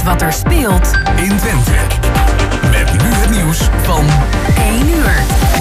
wat er speelt in Twente. Met nu het nieuws van 1 uur.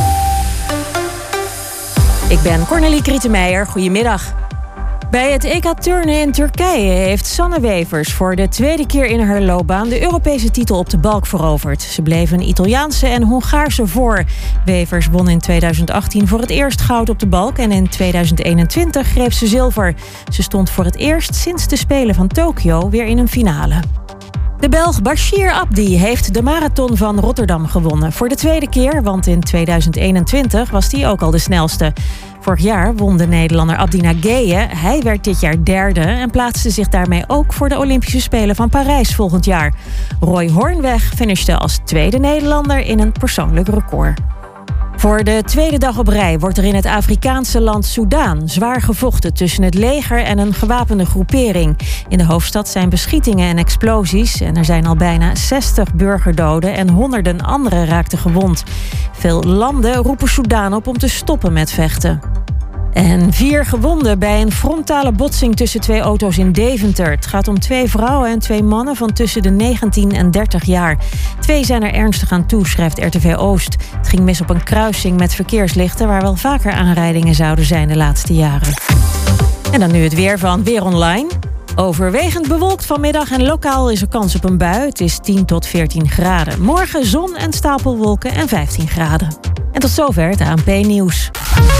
Ik ben Cornelie Krietenmeijer. Goedemiddag. Bij het EK turnen in Turkije heeft Sanne Wevers voor de tweede keer in haar loopbaan de Europese titel op de balk veroverd. Ze bleef een Italiaanse en Hongaarse voor. Wevers won in 2018 voor het eerst goud op de balk en in 2021 greep ze zilver. Ze stond voor het eerst sinds de Spelen van Tokio weer in een finale. De Belg Bashir Abdi heeft de marathon van Rotterdam gewonnen. Voor de tweede keer, want in 2021 was hij ook al de snelste. Vorig jaar won de Nederlander Abdi Nageye. Hij werd dit jaar derde en plaatste zich daarmee ook voor de Olympische Spelen van Parijs volgend jaar. Roy Hoornweg finishte als tweede Nederlander in een persoonlijk record. Voor de tweede dag op rij wordt er in het Afrikaanse land Soedan zwaar gevochten tussen het leger en een gewapende groepering. In de hoofdstad zijn beschietingen en explosies en er zijn al bijna 60 burgerdoden en honderden anderen raakten gewond. Veel landen roepen Soedan op om te stoppen met vechten. En 4 gewonden bij een frontale botsing tussen 2 auto's in Deventer. Het gaat om 2 vrouwen en 2 mannen van tussen de 19 en 30 jaar. 2 zijn er ernstig aan toe, schrijft RTV Oost. Het ging mis op een kruising met verkeerslichten waar wel vaker aanrijdingen zouden zijn de laatste jaren. En dan nu het weer van Weer Online. Overwegend bewolkt vanmiddag en lokaal is er kans op een bui. Het is 10 tot 14 graden. Morgen zon en stapelwolken en 15 graden. En tot zover het ANP-nieuws.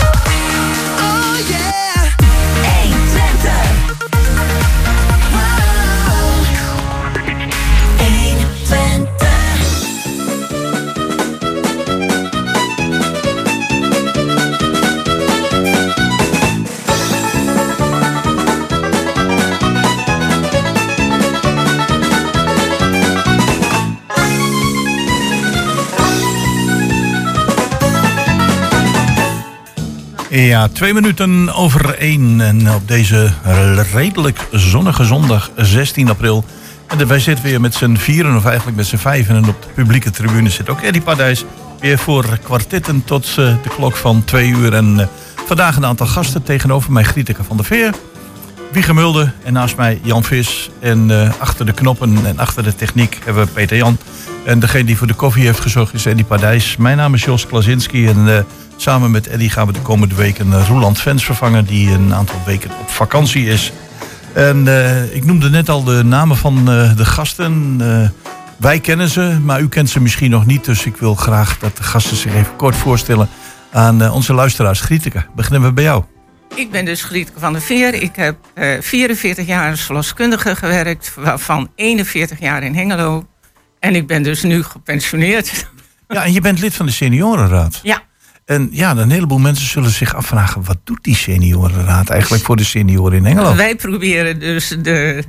Ja, 2 minuten over 1 en op deze redelijk zonnige zondag 16 april. En wij zitten weer met z'n 4 of eigenlijk met z'n 5 en op de publieke tribune zit ook Eddie Padijs. Weer voor kwartetten tot de klok van 2 uur. En vandaag een aantal gasten tegenover mij Grieteke van der Veer, Wieger Mulder en naast mij Jan Vis. En achter de knoppen en achter de techniek hebben we Peter Jan. En degene die voor de koffie heeft gezorgd is Eddie Padijs. Mijn naam is Jos Klasinski en samen met Eddie gaan we de komende weken Roeland Vens vervangen, die een aantal weken op vakantie is. En ik noemde net al de namen van de gasten. Wij kennen ze, maar u kent ze misschien nog niet. Dus ik wil graag dat de gasten zich even kort voorstellen aan onze luisteraars. Grieteke, beginnen we bij jou. Ik ben dus Grieteke van der Veer. Ik heb 44 jaar als verloskundige gewerkt, waarvan 41 jaar in Hengelo. En ik ben dus nu gepensioneerd. Ja, en je bent lid van de seniorenraad. Ja. En ja, een heleboel mensen zullen zich afvragen, wat doet die seniorenraad eigenlijk voor de senioren in Engeland? Wij proberen dus de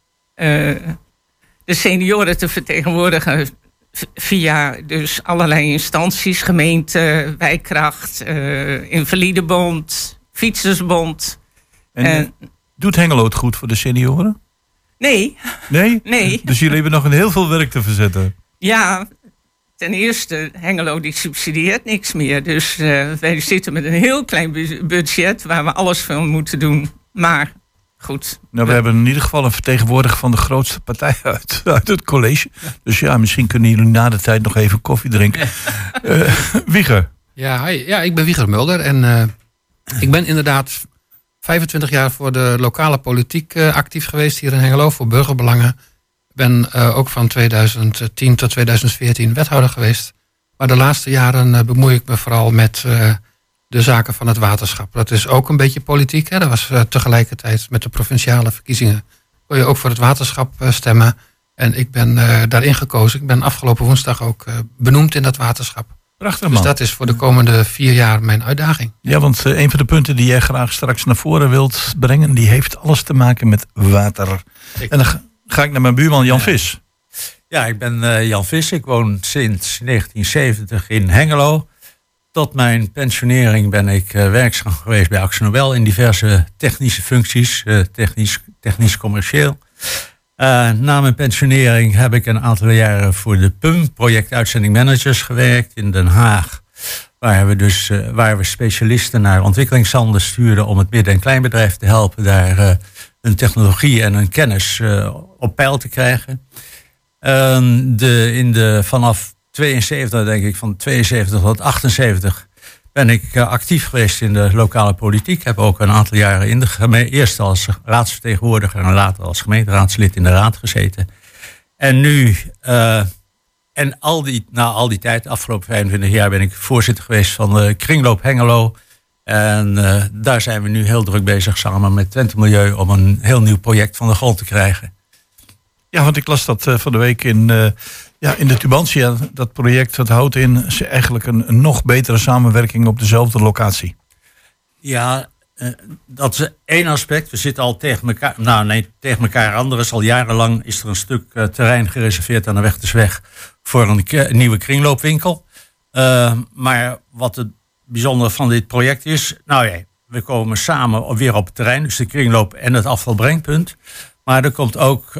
senioren te vertegenwoordigen via dus allerlei instanties, gemeente, wijkkracht, Invalidebond, Fietsersbond. En doet Hengelo het goed voor de senioren? Nee. Nee? Nee. Dus jullie hebben nog een heel veel werk te verzetten? Ja. Ten eerste, Hengelo die subsidieert niks meer. Dus wij zitten met een heel klein budget waar we alles van moeten doen. Maar goed. Nou, we hebben in ieder geval een vertegenwoordiger van de grootste partij uit het college. Dus ja, misschien kunnen jullie na de tijd nog even koffie drinken. Wieger. Ja, hi. Ja, ik ben Wieger Mulder. En ik ben inderdaad 25 jaar voor de lokale politiek actief geweest hier in Hengelo. Voor burgerbelangen. Ik ben ook van 2010 tot 2014 wethouder geweest. Maar de laatste jaren bemoei ik me vooral met de zaken van het waterschap. Dat is ook een beetje politiek. Hè? Dat was tegelijkertijd met de provinciale verkiezingen. Kon je ook voor het waterschap stemmen. En ik ben daarin gekozen. Ik ben afgelopen woensdag ook benoemd in dat waterschap. Prachtig, man. Dus dat is voor de komende 4 jaar mijn uitdaging. Ja, want een van de punten die jij graag straks naar voren wilt brengen, die heeft alles te maken met water. En dan ga ik naar mijn buurman Jan Vis. Ja, ik ben Jan Vis. Ik woon sinds 1970 in Hengelo. Tot mijn pensionering ben ik werkzaam geweest bij AkzoNobel in diverse technische functies, technisch commercieel. Na mijn pensionering heb ik een aantal jaren voor de PUM, Project Uitzending Managers, gewerkt in Den Haag. Waar we specialisten naar ontwikkelingslanden stuurden om het midden- en kleinbedrijf te helpen daar hun technologie en hun kennis op peil te krijgen. Vanaf 72, denk ik, van 72 tot 78... ben ik actief geweest in de lokale politiek. Heb ook een aantal jaren in de eerst als raadsvertegenwoordiger en later als gemeenteraadslid in de raad gezeten. En nu, al die tijd, de afgelopen 25 jaar, ben ik voorzitter geweest van de Kringloop Hengelo. En daar zijn we nu heel druk bezig samen met Twente Milieu om een heel nieuw project van de grond te krijgen. Ja, want ik las dat van de week in de Tubantia. Dat project dat houdt in eigenlijk een nog betere samenwerking op dezelfde locatie. Ja, dat is één aspect. We zitten al tegen elkaar, tegen elkaar aan. Er is al jarenlang is er een stuk terrein gereserveerd aan de Wegtersweg voor een nieuwe kringloopwinkel. Maar wat het bijzondere van dit project is, we komen samen weer op het terrein, dus de kringloop en het afvalbrengpunt. Maar er komt ook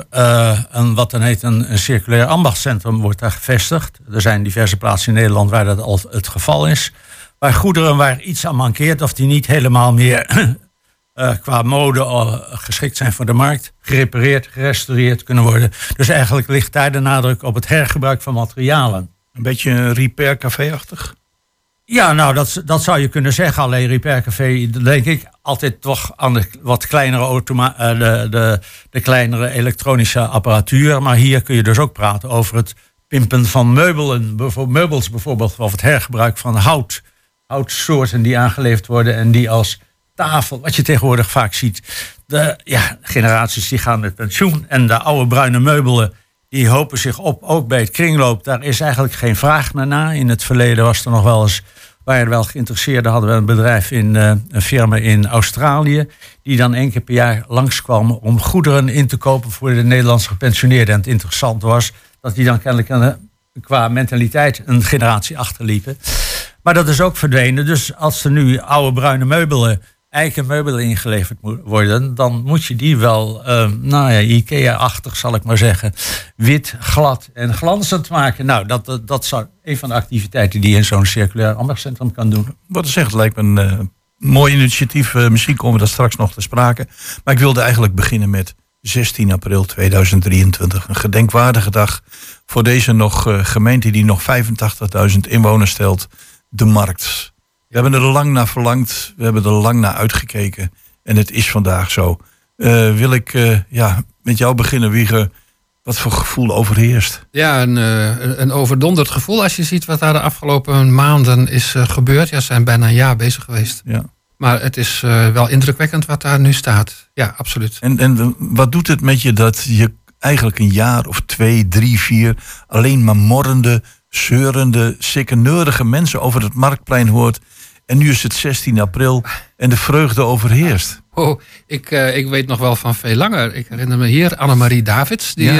een circulair ambachtscentrum wordt daar gevestigd. Er zijn diverse plaatsen in Nederland waar dat al het geval is. Waar goederen waar iets aan mankeert of die niet helemaal meer qua mode geschikt zijn voor de markt, gerepareerd, gerestaureerd kunnen worden. Dus eigenlijk ligt daar de nadruk op het hergebruik van materialen. Een beetje een repair-café-achtig? Ja, dat zou je kunnen zeggen. Alleen Repair Café, denk ik, altijd toch aan de wat kleinere de kleinere elektronische apparatuur. Maar hier kun je dus ook praten over het pimpen van meubels bijvoorbeeld. Of het hergebruik van houtsoorten die aangeleverd worden en die als tafel, wat je tegenwoordig vaak ziet. De generaties die gaan met pensioen en de oude bruine meubelen, die hopen zich op, ook bij het kringloop. Daar is eigenlijk geen vraag meer naar. In het verleden was er nog wel eens, waren er wel geïnteresseerden, hadden we een bedrijf een firma in Australië, die dan 1 keer per jaar langskwam om goederen in te kopen voor de Nederlandse gepensioneerden. En het interessant was dat die dan kennelijk qua mentaliteit een generatie achterliepen. Maar dat is ook verdwenen. Dus als er nu oude bruine meubelen, eiken meubelen ingeleverd worden, dan moet je die wel, IKEA-achtig zal ik maar zeggen, wit, glad en glanzend maken. Nou, dat zou een van de activiteiten die je in zo'n circulair ambachtscentrum kan doen. Wat is echt, lijkt me een mooi initiatief. Misschien komen we dat straks nog te sprake. Maar ik wilde eigenlijk beginnen met 16 april 2023. Een gedenkwaardige dag voor deze gemeente die nog 85.000 inwoners stelt, de Markt. We hebben er lang naar verlangd. We hebben er lang naar uitgekeken. En het is vandaag zo. Wil ik met jou beginnen, Wieger. Wat voor gevoel overheerst? Ja, een overdonderd gevoel als je ziet wat daar de afgelopen maanden is gebeurd. Ja, ze zijn bijna een jaar bezig geweest. Ja. Maar het is wel indrukwekkend wat daar nu staat. Ja, absoluut. En wat doet het met je dat je eigenlijk een jaar of 2, 3, 4... alleen maar morrende, zeurende, sikkeneurige mensen over het Marktplein hoort. En nu is het 16 april en de vreugde overheerst. Oh, ik weet nog wel van veel langer. Ik herinner me hier Annemarie Davids, die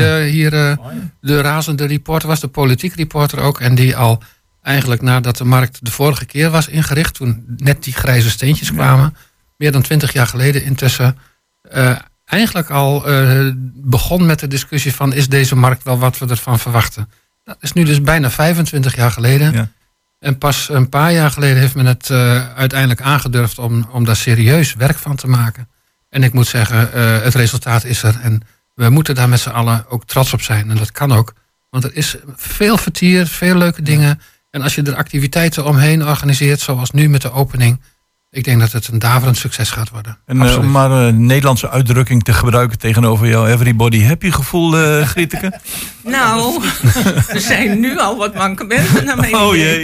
de razende reporter was, de politiek reporter ook. En die al eigenlijk nadat de Markt de vorige keer was ingericht, toen net die grijze steentjes kwamen, meer dan 20 jaar geleden intussen, eigenlijk al begon met de discussie van, is deze Markt wel wat we ervan verwachten? Dat is nu dus bijna 25 jaar geleden. Ja. En pas een paar jaar geleden heeft men het uiteindelijk aangedurfd om daar serieus werk van te maken. En ik moet zeggen, het resultaat is er. En we moeten daar met z'n allen ook trots op zijn. En dat kan ook. Want er is veel vertier, veel leuke dingen. En als je er activiteiten omheen organiseert, zoals nu met de opening, ik denk dat het een daverend succes gaat worden. En om maar een Nederlandse uitdrukking te gebruiken tegenover jouw everybody happy gevoel, Grieteke? Nou, er zijn nu al wat mankementen naar mij. Oh jee.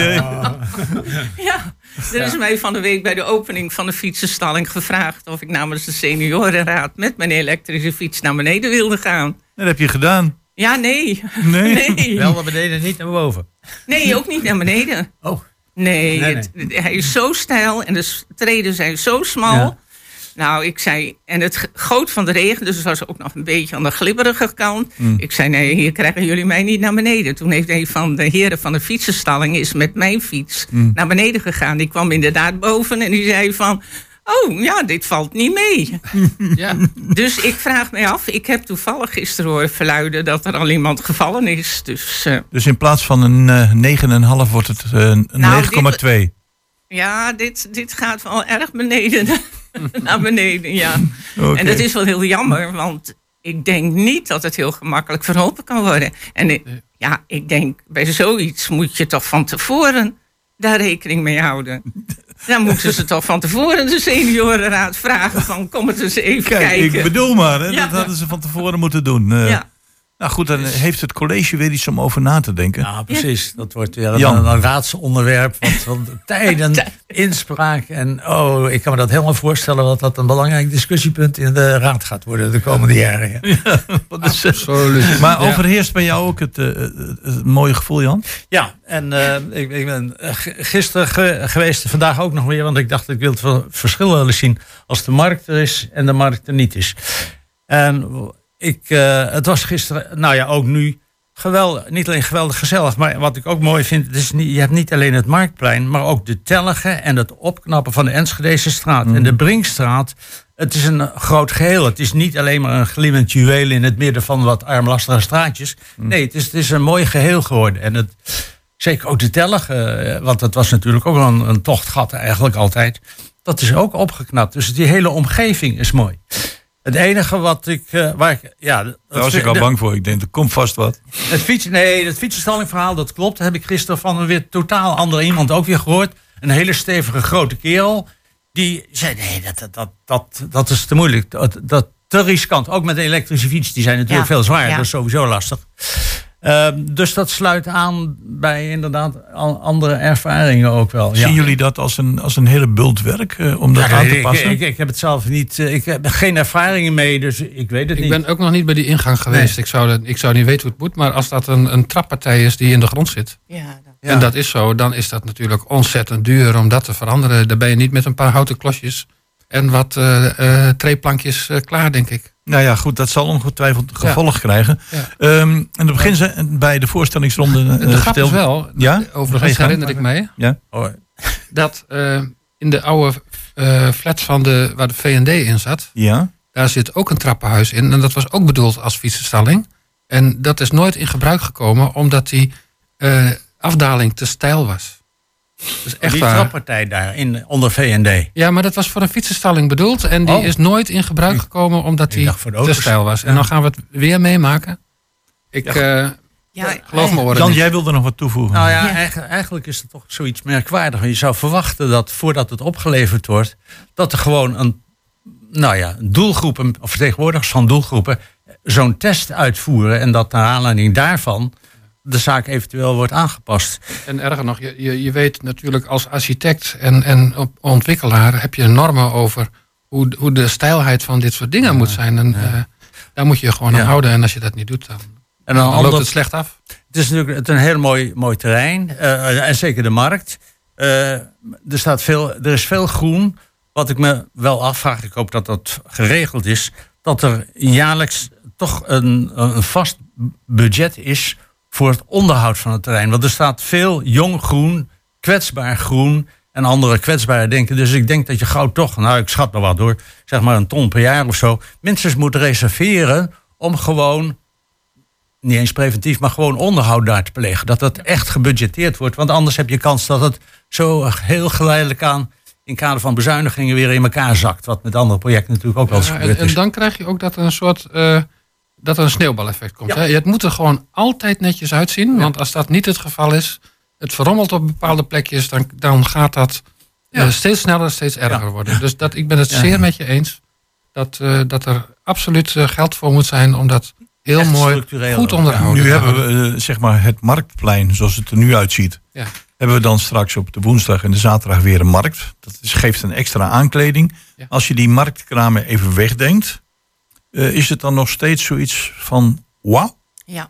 Ja, er is mij van de week bij de opening van de fietsenstalling gevraagd of ik namens de seniorenraad met mijn elektrische fiets naar beneden wilde gaan. Dat heb je gedaan. Ja, nee. Wel naar beneden, niet naar boven. Nee, ook niet naar beneden. Oh. Nee. Hij is zo steil en de treden zijn zo smal. Ja. Nou, ik zei, en het goot van de regen, dus het was ook nog een beetje aan de glibberige kant. Ik zei, nee, hier krijgen jullie mij niet naar beneden. Toen heeft een van de heren van de fietsenstalling is met mijn fiets naar beneden gegaan. Die kwam inderdaad boven en die zei van, oh ja, dit valt niet mee. Ja. Dus ik vraag me af, ik heb toevallig gisteren horen verluiden dat er al iemand gevallen is. Dus in plaats van een 9,5 wordt het een 9,2. Ja, dit gaat wel erg beneden. Naar beneden, ja. Okay. En dat is wel heel jammer, want ik denk niet dat het heel gemakkelijk verholpen kan worden. En ik denk, bij zoiets moet je toch van tevoren daar rekening mee houden. Dan moeten ze toch van tevoren de seniorenraad vragen van, kom het eens even kijken. Ik bedoel maar, hè, dat hadden ze van tevoren moeten doen. Nou goed, dan heeft het college weer iets om over na te denken. Ja, precies. Dat wordt weer een raadsonderwerp. Van tijden, inspraak. En ik kan me dat helemaal voorstellen dat dat een belangrijk discussiepunt in de raad gaat worden de komende jaren. Ja. Absoluut. Maar overheerst bij jou ook het mooie gevoel, Jan? Ja, en ik ben gisteren geweest, vandaag ook nog weer, want ik dacht ik wil het verschil wel eens zien als de markt er is en de markt er niet is. En het was gisteren, ook nu, geweldig, niet alleen geweldig gezellig, maar wat ik ook mooi vind, je hebt niet alleen het Marktplein, maar ook de telgen en het opknappen van de Enschedese straat en de Brinkstraat. Het is een groot geheel. Het is niet alleen maar een glimmend juweel in het midden van wat armlastige straatjes. Nee, het is een mooi geheel geworden. En zeker ook de telgen, want dat was natuurlijk ook een tochtgat eigenlijk altijd. Dat is ook opgeknapt. Dus die hele omgeving is mooi. Het enige wat daar was ik al bang voor. Ik denk, er komt vast wat. Het fietsenstallingverhaal, dat klopt. Dat heb ik gisteren van een weer totaal andere iemand ook weer gehoord. Een hele stevige grote kerel. Die zei, nee, dat is te moeilijk. Dat te riskant. Ook met de elektrische fiets. Die zijn natuurlijk veel zwaarder. Dat is sowieso lastig. Dus dat sluit aan bij inderdaad andere ervaringen ook wel. Zien jullie dat als een hele bult werk om dat aan te passen? Ik heb het zelf niet. Ik heb geen ervaringen mee, dus ik weet het niet. Ik ben ook nog niet bij die ingang geweest. Nee. Ik zou niet weten hoe het moet. Maar als dat een trappartij is die in de grond zit. En dat is zo, dan is dat natuurlijk ontzettend duur om dat te veranderen. Dan ben je niet met een paar houten klosjes en wat treeplankjes klaar, denk ik. Nou ja, goed, dat zal ongetwijfeld gevolg krijgen. Ja. En dan beginnen ze bij de voorstellingsronde. De grap is wel, overigens herinner ik mij, dat in de oude flats waar de V&D in zat, daar zit ook een trappenhuis in. En dat was ook bedoeld als fietsenstalling. En dat is nooit in gebruik gekomen, omdat die afdaling te steil was. Dus echt die waar. trappartij daar onder V&D. Ja, maar dat was voor een fietsenstalling bedoeld. En die is nooit in gebruik gekomen omdat die te steil was. En dan gaan we het weer meemaken. Geloof me hoor. Jan, jij wilde nog wat toevoegen. Nou ja, eigenlijk is het toch zoiets merkwaardigs. Je zou verwachten dat voordat het opgeleverd wordt, dat er gewoon doelgroepen, of vertegenwoordigers van doelgroepen, zo'n test uitvoeren. En dat naar aanleiding daarvan de zaak eventueel wordt aangepast. En erger nog, je weet natuurlijk als architect en ontwikkelaar heb je normen over hoe de stijlheid van dit soort dingen moet zijn. En daar moet je gewoon aan houden. En als je dat niet doet, dan loopt het slecht af. Het is natuurlijk een heel mooi terrein. En zeker de markt. Er is veel groen. Wat ik me wel afvraag, ik hoop dat dat geregeld is, dat er jaarlijks toch een vast budget is voor het onderhoud van het terrein. Want er staat veel jong groen, kwetsbaar groen en andere kwetsbare dingen. Dus ik denk dat je gauw toch, ik schat maar wat hoor, zeg maar 1 ton per jaar of zo, minstens moet reserveren om gewoon, niet eens preventief, maar gewoon onderhoud daar te plegen. Dat dat echt gebudgeteerd wordt. Want anders heb je kans dat het zo heel geleidelijk aan in kader van bezuinigingen weer in elkaar zakt. Wat met andere projecten natuurlijk ook wel eens gebeurd is. En dan krijg je ook dat er een soort dat er een sneeuwbaleffect komt. Ja. Hè? Het moet er gewoon altijd netjes uitzien. Ja. Want als dat niet het geval is, het verrommelt op bepaalde plekjes, dan gaat dat steeds sneller, steeds erger worden. Dus ik ben het zeer met je eens dat er absoluut geld voor moet zijn om dat heel echt mooi goed onderhouden. Nu hebben we het Marktplein zoals het er nu uitziet. Ja. Hebben we dan straks op de woensdag en de zaterdag weer een markt. Dat geeft een extra aankleding. Ja. Als je die marktkramen even wegdenkt, is het dan nog steeds zoiets van wauw? Ja.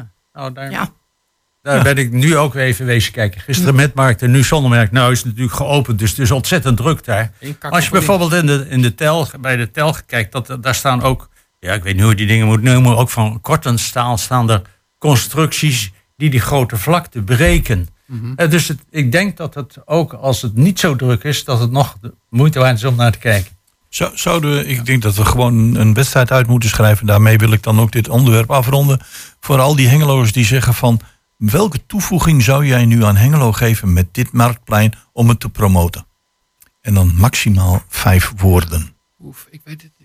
Daar ben ik nu ook even wezen kijken. Gisteren met markt en nu zonder markt. Nou is het natuurlijk geopend, dus het is ontzettend druk daar. Als je bijvoorbeeld bij de telg kijkt, daar staan ook, ik weet niet hoe die dingen moet noemen, ook van kortenstaal staan er constructies die grote vlakte breken. Mm-hmm. Dus ik denk dat het ook als het niet zo druk is, dat het nog de moeite waard is om naar te kijken. Ik denk dat we gewoon een wedstrijd uit moeten schrijven. Daarmee wil ik dan ook dit onderwerp afronden. Voor al die Hengeloers die zeggen van, welke toevoeging zou jij nu aan Hengelo geven met dit Marktplein om het te promoten? En dan maximaal 5 woorden. Ik weet het niet.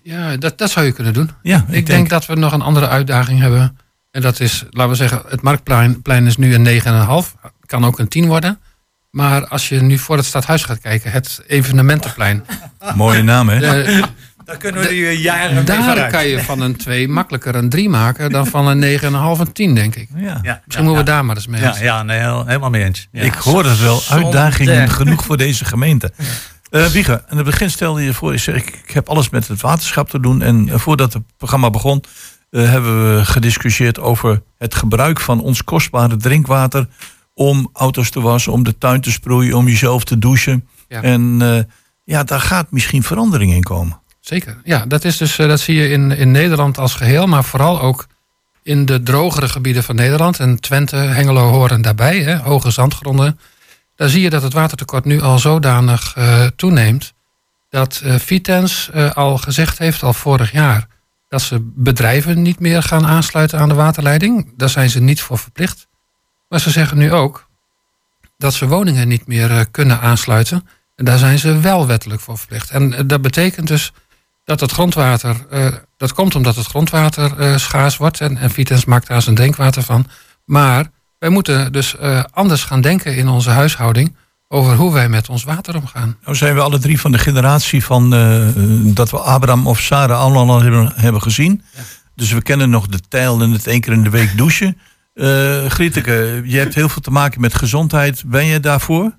Ja, dat zou je kunnen doen. Ja, Ik denk dat we nog een andere uitdaging hebben. En dat is, laten we zeggen, het Marktplein is nu een 9,5. Kan ook een 10 worden. Maar als je nu voor het stadhuis gaat kijken, het evenementenplein. Mooie naam, hè? Daar kunnen we die jaren mee Daar vooruit. kan je van een 2 makkelijker een 3 maken dan van een 9,5 een 10, denk ik. Ja. Misschien moeten we daar maar eens mee. Nee, helemaal mee eens. Ja. Ik hoor het wel. Zonde. Uitdagingen genoeg voor deze gemeente. Wieger, in het begin stelde je voor, ik heb alles met het waterschap te doen. En voordat het programma begon, hebben we gediscussieerd over het gebruik van ons kostbare drinkwater om auto's te wassen, om de tuin te sproeien, om jezelf te douchen. Ja. En daar gaat misschien verandering in komen. Zeker. Ja, dat is dus, dat zie je in Nederland als geheel, maar vooral ook in de drogere gebieden van Nederland. En Twente, Hengelo horen daarbij, hè, hoge zandgronden. Daar zie je dat het watertekort nu al zodanig toeneemt dat Vitens al gezegd heeft, al vorig jaar, dat ze bedrijven niet meer gaan aansluiten aan de waterleiding. Daar zijn ze niet voor verplicht. Maar ze zeggen nu ook dat ze woningen niet meer kunnen aansluiten. En daar zijn ze wel wettelijk voor verplicht. En dat betekent dus dat het grondwater, dat komt omdat het grondwater schaars wordt. En Vitens maakt daar zijn drinkwater van. Maar wij moeten dus anders gaan denken in onze huishouding over hoe wij met ons water omgaan. Nou zijn we alle drie van de generatie van dat we Abraham of Sarah allemaal hebben gezien. Ja. Dus we kennen nog de tijl en het 1 keer in de week douchen. Grieteke, je hebt heel veel te maken met gezondheid. Ben je daarvoor?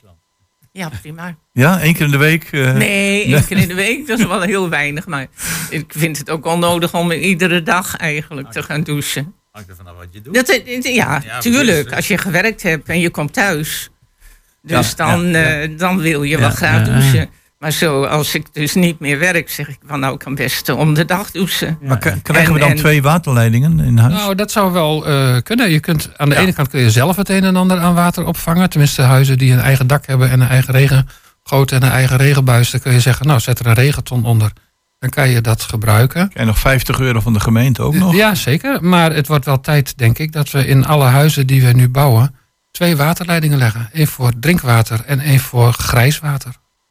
Ja, prima. Ja, 1 keer in de week? Nee, 1 keer in de week, dat is wel heel weinig. Maar ik vind het ook wel nodig om iedere dag eigenlijk te gaan douchen. Hangt er vanaf wat je doet. Ja, tuurlijk. Als je gewerkt hebt en je komt thuis. Dus dan wil je wel graag douchen. Maar zo, als ik dus niet meer werk, zeg ik van nou, ik kan best om de dag douchen. Maar krijgen we dan 2 waterleidingen in huis? Nou, dat zou wel kunnen. Je kunt, aan de ene kant kun je zelf het een en ander aan water opvangen. Tenminste, huizen die een eigen dak hebben en een eigen regengoot en een eigen regenbuis. Dan kun je zeggen, nou, zet er een regenton onder. Dan kan je dat gebruiken. Krijg je nog €50 van de gemeente ook nog? Ja, zeker. Maar het wordt wel tijd, denk ik, dat we in alle huizen die we nu bouwen 2 waterleidingen leggen. 1 voor drinkwater en 1 voor grijswater.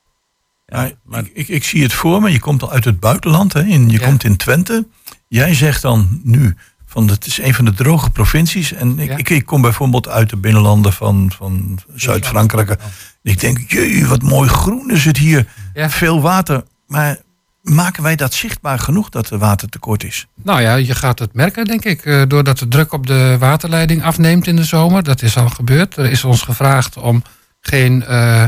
Ja, maar ik zie het voor me. Je komt al uit het buitenland. Hè? Je komt in Twente. Jij zegt dan nu, van het is een van de droge provincies. En ik kom bijvoorbeeld uit de binnenlanden van Zuid-Frankrijk. Ik denk, jee, wat mooi groen is het hier. Ja. Veel water. Maar maken wij dat zichtbaar genoeg dat er watertekort is? Nou ja, je gaat het merken, denk ik. Doordat de druk op de waterleiding afneemt in de zomer. Dat is al gebeurd. Er is ons gevraagd om geen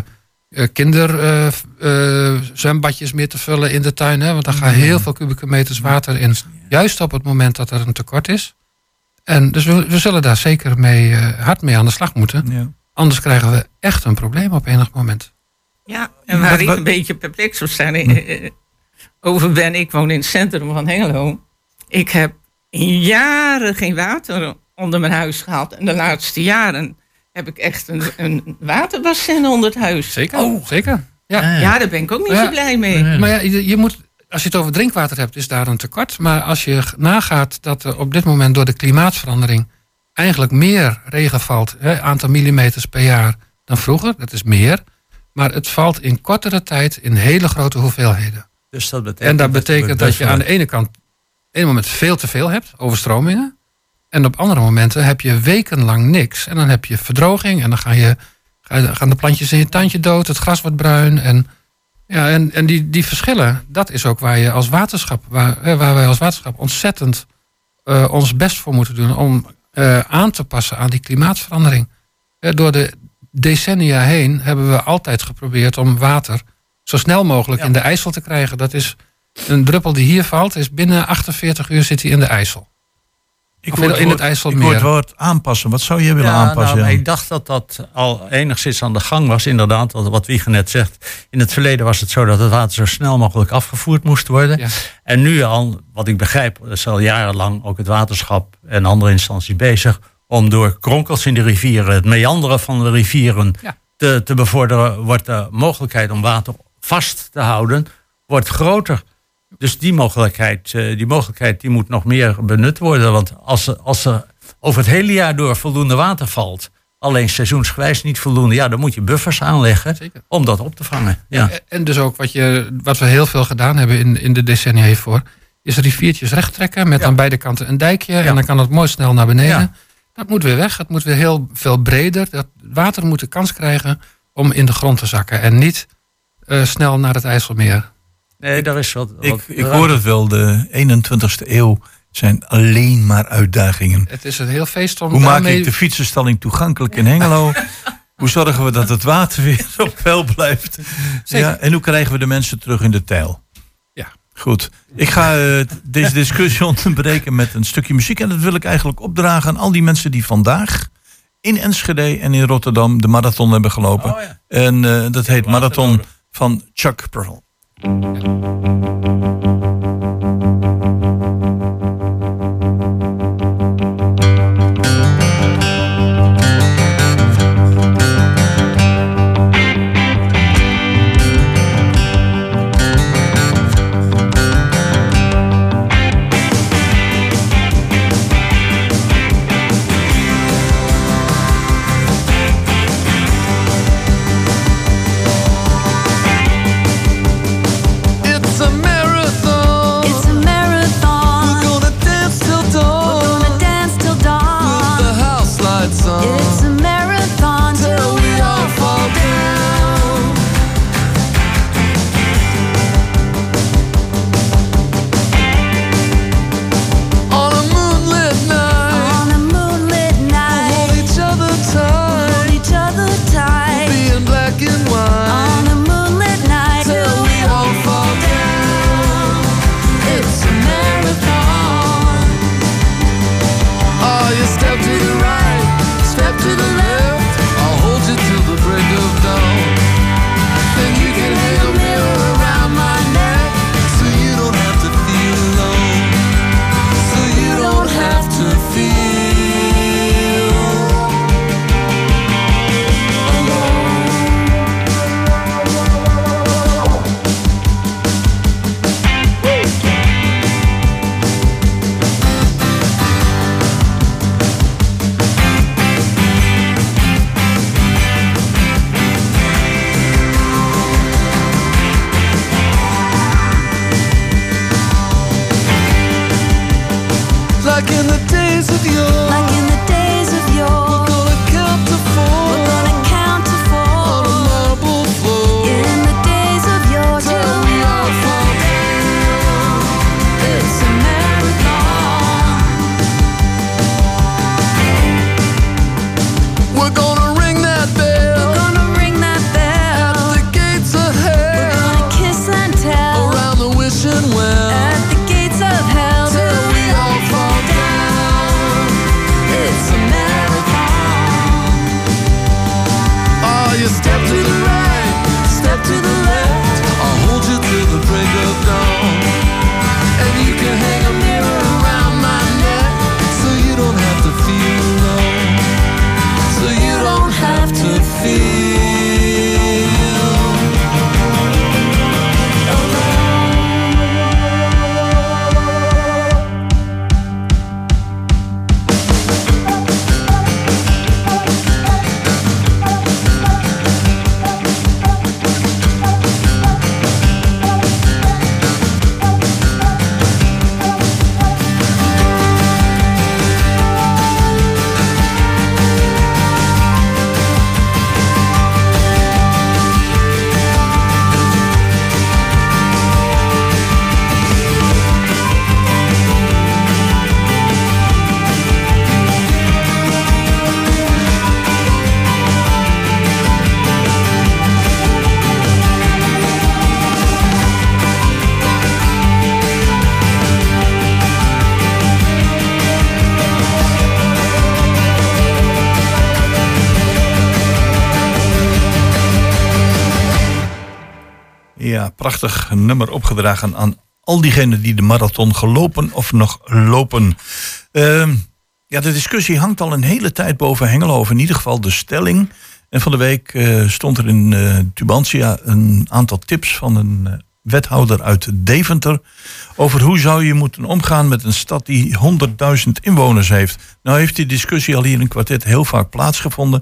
kinderzwembadjes meer te vullen in de tuin. Hè? Want dan gaan heel veel kubieke meters water in. Juist op het moment dat er een tekort is. En dus we zullen daar zeker hard mee aan de slag moeten. Ja. Anders krijgen we echt een probleem op enig moment. Ja, en waar ik een beetje perplex op sta over ben, ik woon in het centrum van Hengelo. Ik heb jaren geen water onder mijn huis gehad. En de laatste jaren heb ik echt een waterbassin onder het huis. Zeker, zeker. Ja, daar ben ik ook niet zo blij mee. Maar ja, je moet, als je het over drinkwater hebt, is daar een tekort. Maar als je nagaat dat er op dit moment door de klimaatverandering eigenlijk meer regen valt, aantal millimeters per jaar, dan vroeger, dat is meer. Maar het valt in kortere tijd in hele grote hoeveelheden. Dus dat betekent en dat betekent dat je aan de ene kant moment veel te veel hebt, overstromingen. En op andere momenten heb je wekenlang niks. En dan heb je verdroging. En dan gaan de plantjes in je tuintje dood. Het gras wordt bruin. En die verschillen, dat is ook waar je als waterschap, waar wij als waterschap ontzettend ons best voor moeten doen. Om aan te passen aan die klimaatverandering. Door de decennia heen hebben we altijd geprobeerd om water zo snel mogelijk in de IJssel te krijgen. Dat is een druppel die hier valt. Is binnen 48 uur zit hij in de IJssel. Ik hoor het woord aanpassen. Wat zou je willen aanpassen? Nou, ik dacht dat dat al enigszins aan de gang was, inderdaad. Wat Wieger net zegt. In het verleden was het zo dat het water zo snel mogelijk afgevoerd moest worden. Ja. En nu al, wat ik begrijp, is al jarenlang ook het waterschap en andere instanties bezig om door kronkels in de rivieren, het meanderen van de rivieren te bevorderen, wordt de mogelijkheid om water vast te houden, wordt groter. Dus die mogelijkheid moet nog meer benut worden. Want als er over het hele jaar door voldoende water valt, alleen seizoensgewijs niet voldoende. Ja, dan moet je buffers aanleggen. Zeker. Om dat op te vangen. Ja. En dus ook wat we heel veel gedaan hebben in de decennia hiervoor, is riviertjes recht trekken met aan beide kanten een dijkje. En dan kan het mooi snel naar beneden. Ja. Dat moet weer weg. Het moet weer heel veel breder. Dat water moet de kans krijgen om in de grond te zakken. En niet snel naar het IJsselmeer. Nee, daar is wat ik hoor het wel. De 21ste eeuw zijn alleen maar uitdagingen. Het is een heel feest om Hoe maak ik de fietsenstalling toegankelijk in Hengelo? Hoe zorgen we dat het water weer op peil blijft? Ja, en hoe krijgen we de mensen terug in de Teil? Ja. Goed. Ik ga deze discussie onderbreken met een stukje muziek. En dat wil ik eigenlijk opdragen aan al die mensen die vandaag in Enschede en in Rotterdam de marathon hebben gelopen. Oh, ja. En dat heet Marathon van Chuck Pearl. Ja, prachtig nummer opgedragen aan al diegenen die de marathon gelopen of nog lopen. Ja, de discussie hangt al een hele tijd boven Hengelo, in ieder geval de stelling. En van de week stond er in Tubantia een aantal tips van een wethouder uit Deventer. Over hoe zou je moeten omgaan met een stad die 100.000 inwoners heeft. Nou heeft die discussie al hier in Kwartet heel vaak plaatsgevonden.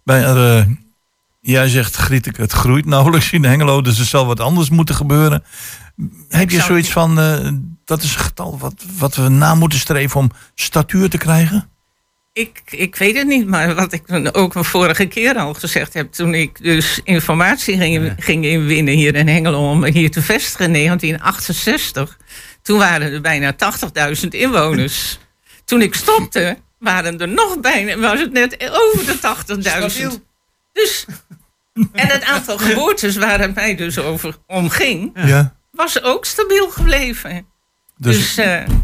Jij zegt, Griet, het groeit nauwelijks in Hengelo, dus er zal wat anders moeten gebeuren. Heb je zoiets van, dat is een getal wat we na moeten streven om statuur te krijgen? Ik weet het niet, maar wat ik ook de vorige keer al gezegd heb, toen ik dus informatie ging inwinnen hier in Hengelo om hier te vestigen in 1968, toen waren er bijna 80.000 inwoners. Toen ik stopte, waren er nog bijna, was het net over de 80.000. Dus, en het aantal geboortes waar het mij dus over omging, was ook stabiel gebleven. Dus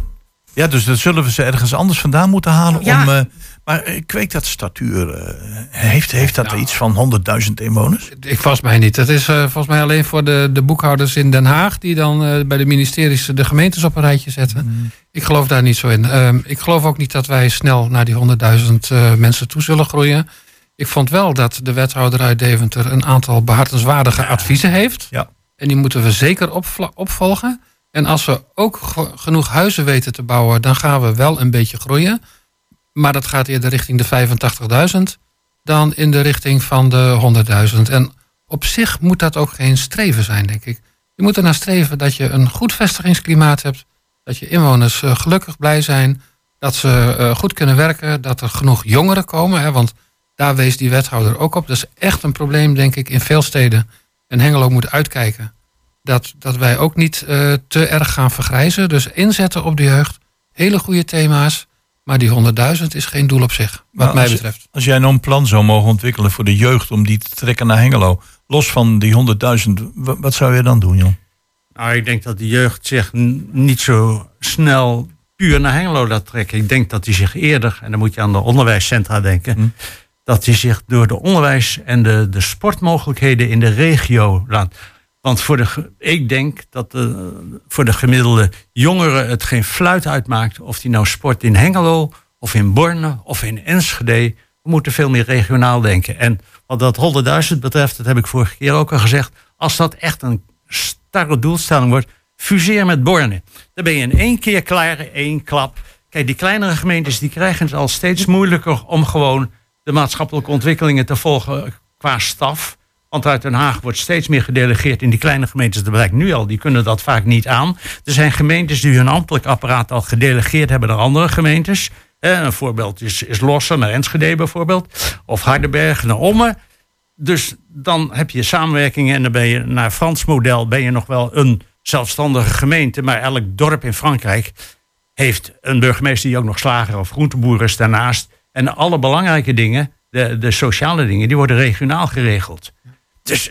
dat zullen we ze ergens anders vandaan moeten halen. Ja. Maar kweekt dat statuur? Heeft dat iets van 100.000 inwoners? Volgens mij niet. Dat is volgens mij alleen voor de boekhouders in Den Haag, die dan bij de ministeries de gemeentes op een rijtje zetten. Ik geloof daar niet zo in. Ik geloof ook niet dat wij snel naar die 100.000 mensen toe zullen groeien. Ik vond wel dat de wethouder uit Deventer een aantal behartenswaardige adviezen heeft. Ja. En die moeten we zeker opvolgen. En als we ook genoeg huizen weten te bouwen, dan gaan we wel een beetje groeien. Maar dat gaat eerder richting de 85.000 dan in de richting van de 100.000. En op zich moet dat ook geen streven zijn, denk ik. Je moet ernaar streven dat je een goed vestigingsklimaat hebt. Dat je inwoners gelukkig blij zijn. Dat ze goed kunnen werken. Dat er genoeg jongeren komen. Hè, want daar wees die wethouder ook op. Dat is echt een probleem, denk ik, in veel steden. En Hengelo moet uitkijken dat wij ook niet te erg gaan vergrijzen. Dus inzetten op de jeugd. Hele goede thema's. Maar die 100.000 is geen doel op zich, wat mij betreft. Als jij nou een plan zou mogen ontwikkelen voor de jeugd om die te trekken naar Hengelo, los van die 100.000, wat zou je dan doen, Jan? Nou, ik denk dat de jeugd zich niet zo snel puur naar Hengelo laat trekken. Ik denk dat die zich eerder, en dan moet je aan de onderwijscentra denken, dat die zich door de onderwijs en de sportmogelijkheden in de regio laat. Want ik denk dat voor de gemiddelde jongeren het geen fluit uitmaakt of die nou sport in Hengelo of in Borne of in Enschede. We moeten veel meer regionaal denken. En wat dat 100.000 betreft, dat heb ik vorige keer ook al gezegd, als dat echt een starre doelstelling wordt, fuseer met Borne. Dan ben je in 1 keer klaar, 1 klap. Kijk, die kleinere gemeentes die krijgen het al steeds moeilijker om gewoon de maatschappelijke ontwikkelingen te volgen qua staf. Want uit Den Haag wordt steeds meer gedelegeerd in die kleine gemeentes. Dat blijkt nu al, die kunnen dat vaak niet aan. Er zijn gemeentes die hun ambtelijk apparaat al gedelegeerd hebben naar andere gemeentes. Een voorbeeld is Losser naar Enschede bijvoorbeeld. Of Hardenberg naar Ommen. Dus dan heb je samenwerkingen en dan ben je naar Frans model ben je nog wel een zelfstandige gemeente. Maar elk dorp in Frankrijk heeft een burgemeester die ook nog slager of groenteboer is daarnaast. En alle belangrijke dingen, de sociale dingen, die worden regionaal geregeld. Dus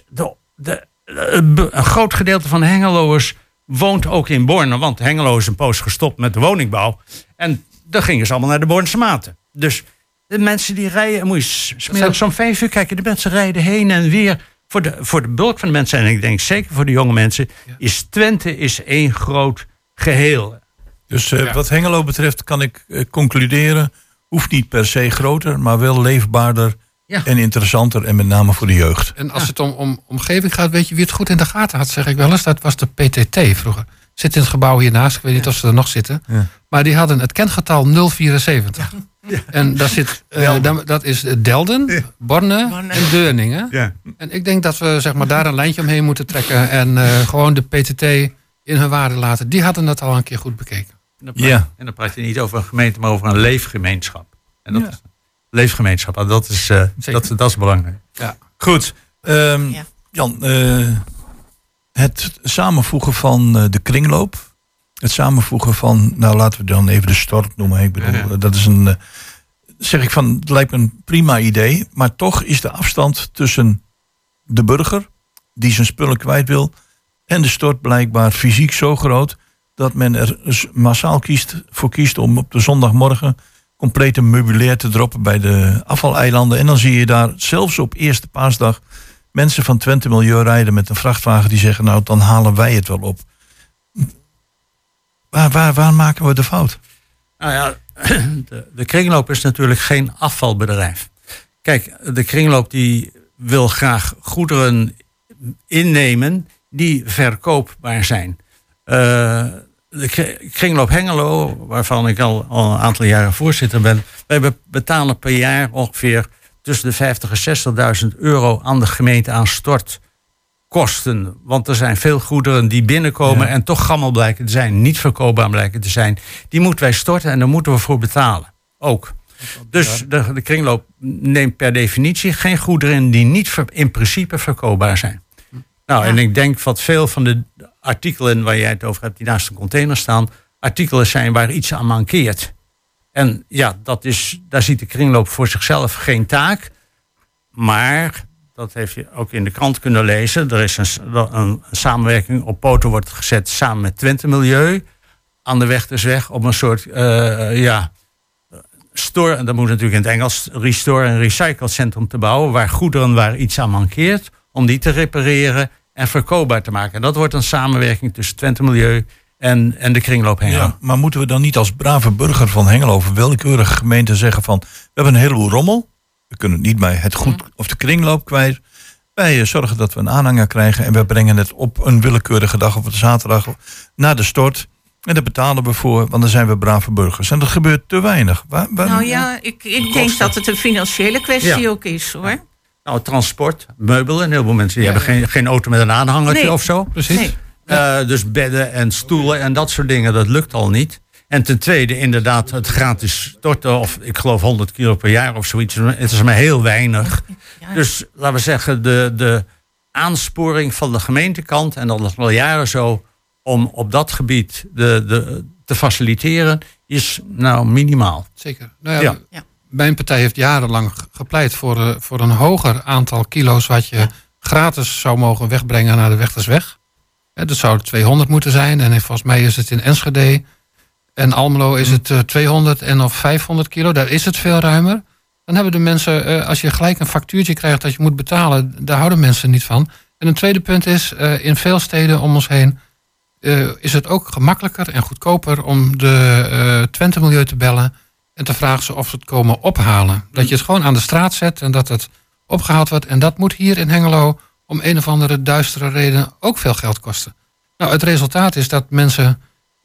een groot gedeelte van de Hengeloers woont ook in Borne. Want Hengelo is een poos gestopt met de woningbouw. En dan gingen ze allemaal naar de Bornse Maten. Dus de mensen die rijden, moet je 's middags om 5 uur kijken. De mensen rijden heen en weer. Voor de bulk van de mensen, en ik denk zeker voor de jonge mensen, is Twente één groot geheel. Dus wat Hengelo betreft kan ik concluderen, hoeft niet per se groter, maar wel leefbaarder. Ja. En interessanter en met name voor de jeugd. En als het om omgeving gaat, weet je wie het goed in de gaten had, zeg ik wel eens. Dat was de PTT vroeger. Zit in het gebouw hiernaast, ik weet niet of ze er nog zitten. Ja. Maar die hadden het kentgetal 074. Ja. En daar zit, dat is Delden, Borne en Deurningen. Ja. En ik denk dat we zeg maar, daar een lijntje omheen moeten trekken. En gewoon de PTT in hun waarde laten. Die hadden dat al een keer goed bekeken. En dan praat je niet over een gemeente, maar over een leefgemeenschap. En dat is leefgemeenschap, dat is belangrijk. Ja. Goed. Jan, het samenvoegen van de kringloop. Het samenvoegen van, nou laten we dan even de stort noemen. Ik bedoel, dat is het lijkt me een prima idee. Maar toch is de afstand tussen de burger, die zijn spullen kwijt wil, en de stort blijkbaar fysiek zo groot, dat men er massaal voor kiest om op de zondagmorgen complete meubilair te droppen bij de afvaleilanden. En dan zie je daar zelfs op eerste paasdag mensen van Twente Milieu rijden met een vrachtwagen die zeggen, nou dan halen wij het wel op. Waar maken we de fout? Nou ja, de kringloop is natuurlijk geen afvalbedrijf. Kijk, de kringloop die wil graag goederen innemen die verkoopbaar zijn. De Kringloop Hengelo, waarvan ik al een aantal jaren voorzitter ben. Wij betalen per jaar ongeveer tussen de 50.000 en 60.000 euro aan de gemeente aan stortkosten. Want er zijn veel goederen die binnenkomen en toch gammel blijken te zijn, niet verkoopbaar blijken te zijn. Die moeten wij storten en daar moeten we voor betalen. Ook. Dus de Kringloop neemt per definitie geen goederen die niet in principe verkoopbaar zijn. Nou, en ik denk wat veel van de artikelen waar jij het over hebt, die naast een container staan, artikelen zijn waar iets aan mankeert. En ja, daar ziet de Kringloop voor zichzelf geen taak. Maar, dat heeft je ook in de krant kunnen lezen, er is een samenwerking op poten wordt gezet samen met Twente Milieu aan de Wechtersweg op een soort, store, en dat moet natuurlijk in het Engels, restore en recycle centrum te bouwen, waar goederen waar iets aan mankeert, om die te repareren en verkoopbaar te maken. En dat wordt een samenwerking tussen Twente Milieu en de Kringloop Hengelo. Ja, maar moeten we dan niet als brave burger van Hengelo of willekeurige gemeente zeggen van, we hebben een heleboel rommel, we kunnen het niet bij het goed of de Kringloop kwijt. Wij zorgen dat we een aanhanger krijgen en we brengen het op een willekeurige dag of op de zaterdag naar de stort. En daar betalen we voor, want dan zijn we brave burgers. En dat gebeurt te weinig. Ik denk dat het een financiële kwestie ook is, hoor. Nou, transport, meubelen. Heel veel mensen die hebben geen auto met een aanhangertje of zo. Precies. Nee. Dus bedden en stoelen en dat soort dingen, dat lukt al niet. En ten tweede, inderdaad, het gratis storten, of ik geloof 100 kilo per jaar of zoiets. Het is maar heel weinig. Ja. Dus laten we zeggen, de aansporing van de gemeentekant, en dat is al jaren zo, om op dat gebied te faciliteren, is nou minimaal. Zeker. Nou ja. Mijn partij heeft jarenlang gepleit voor een hoger aantal kilo's wat je gratis zou mogen wegbrengen naar de Wechtersweg. Dat zou 200 moeten zijn. En volgens mij is het in Enschede en Almelo is het 200 en of 500 kilo. Daar is het veel ruimer. Dan hebben de mensen, als je gelijk een factuurtje krijgt dat je moet betalen, daar houden mensen niet van. En een tweede punt is, in veel steden om ons heen is het ook gemakkelijker en goedkoper om de Twente Milieu te bellen en te vragen ze of ze het komen ophalen. Dat je het gewoon aan de straat zet en dat het opgehaald wordt. En dat moet hier in Hengelo om een of andere duistere reden ook veel geld kosten. Nou, het resultaat is dat mensen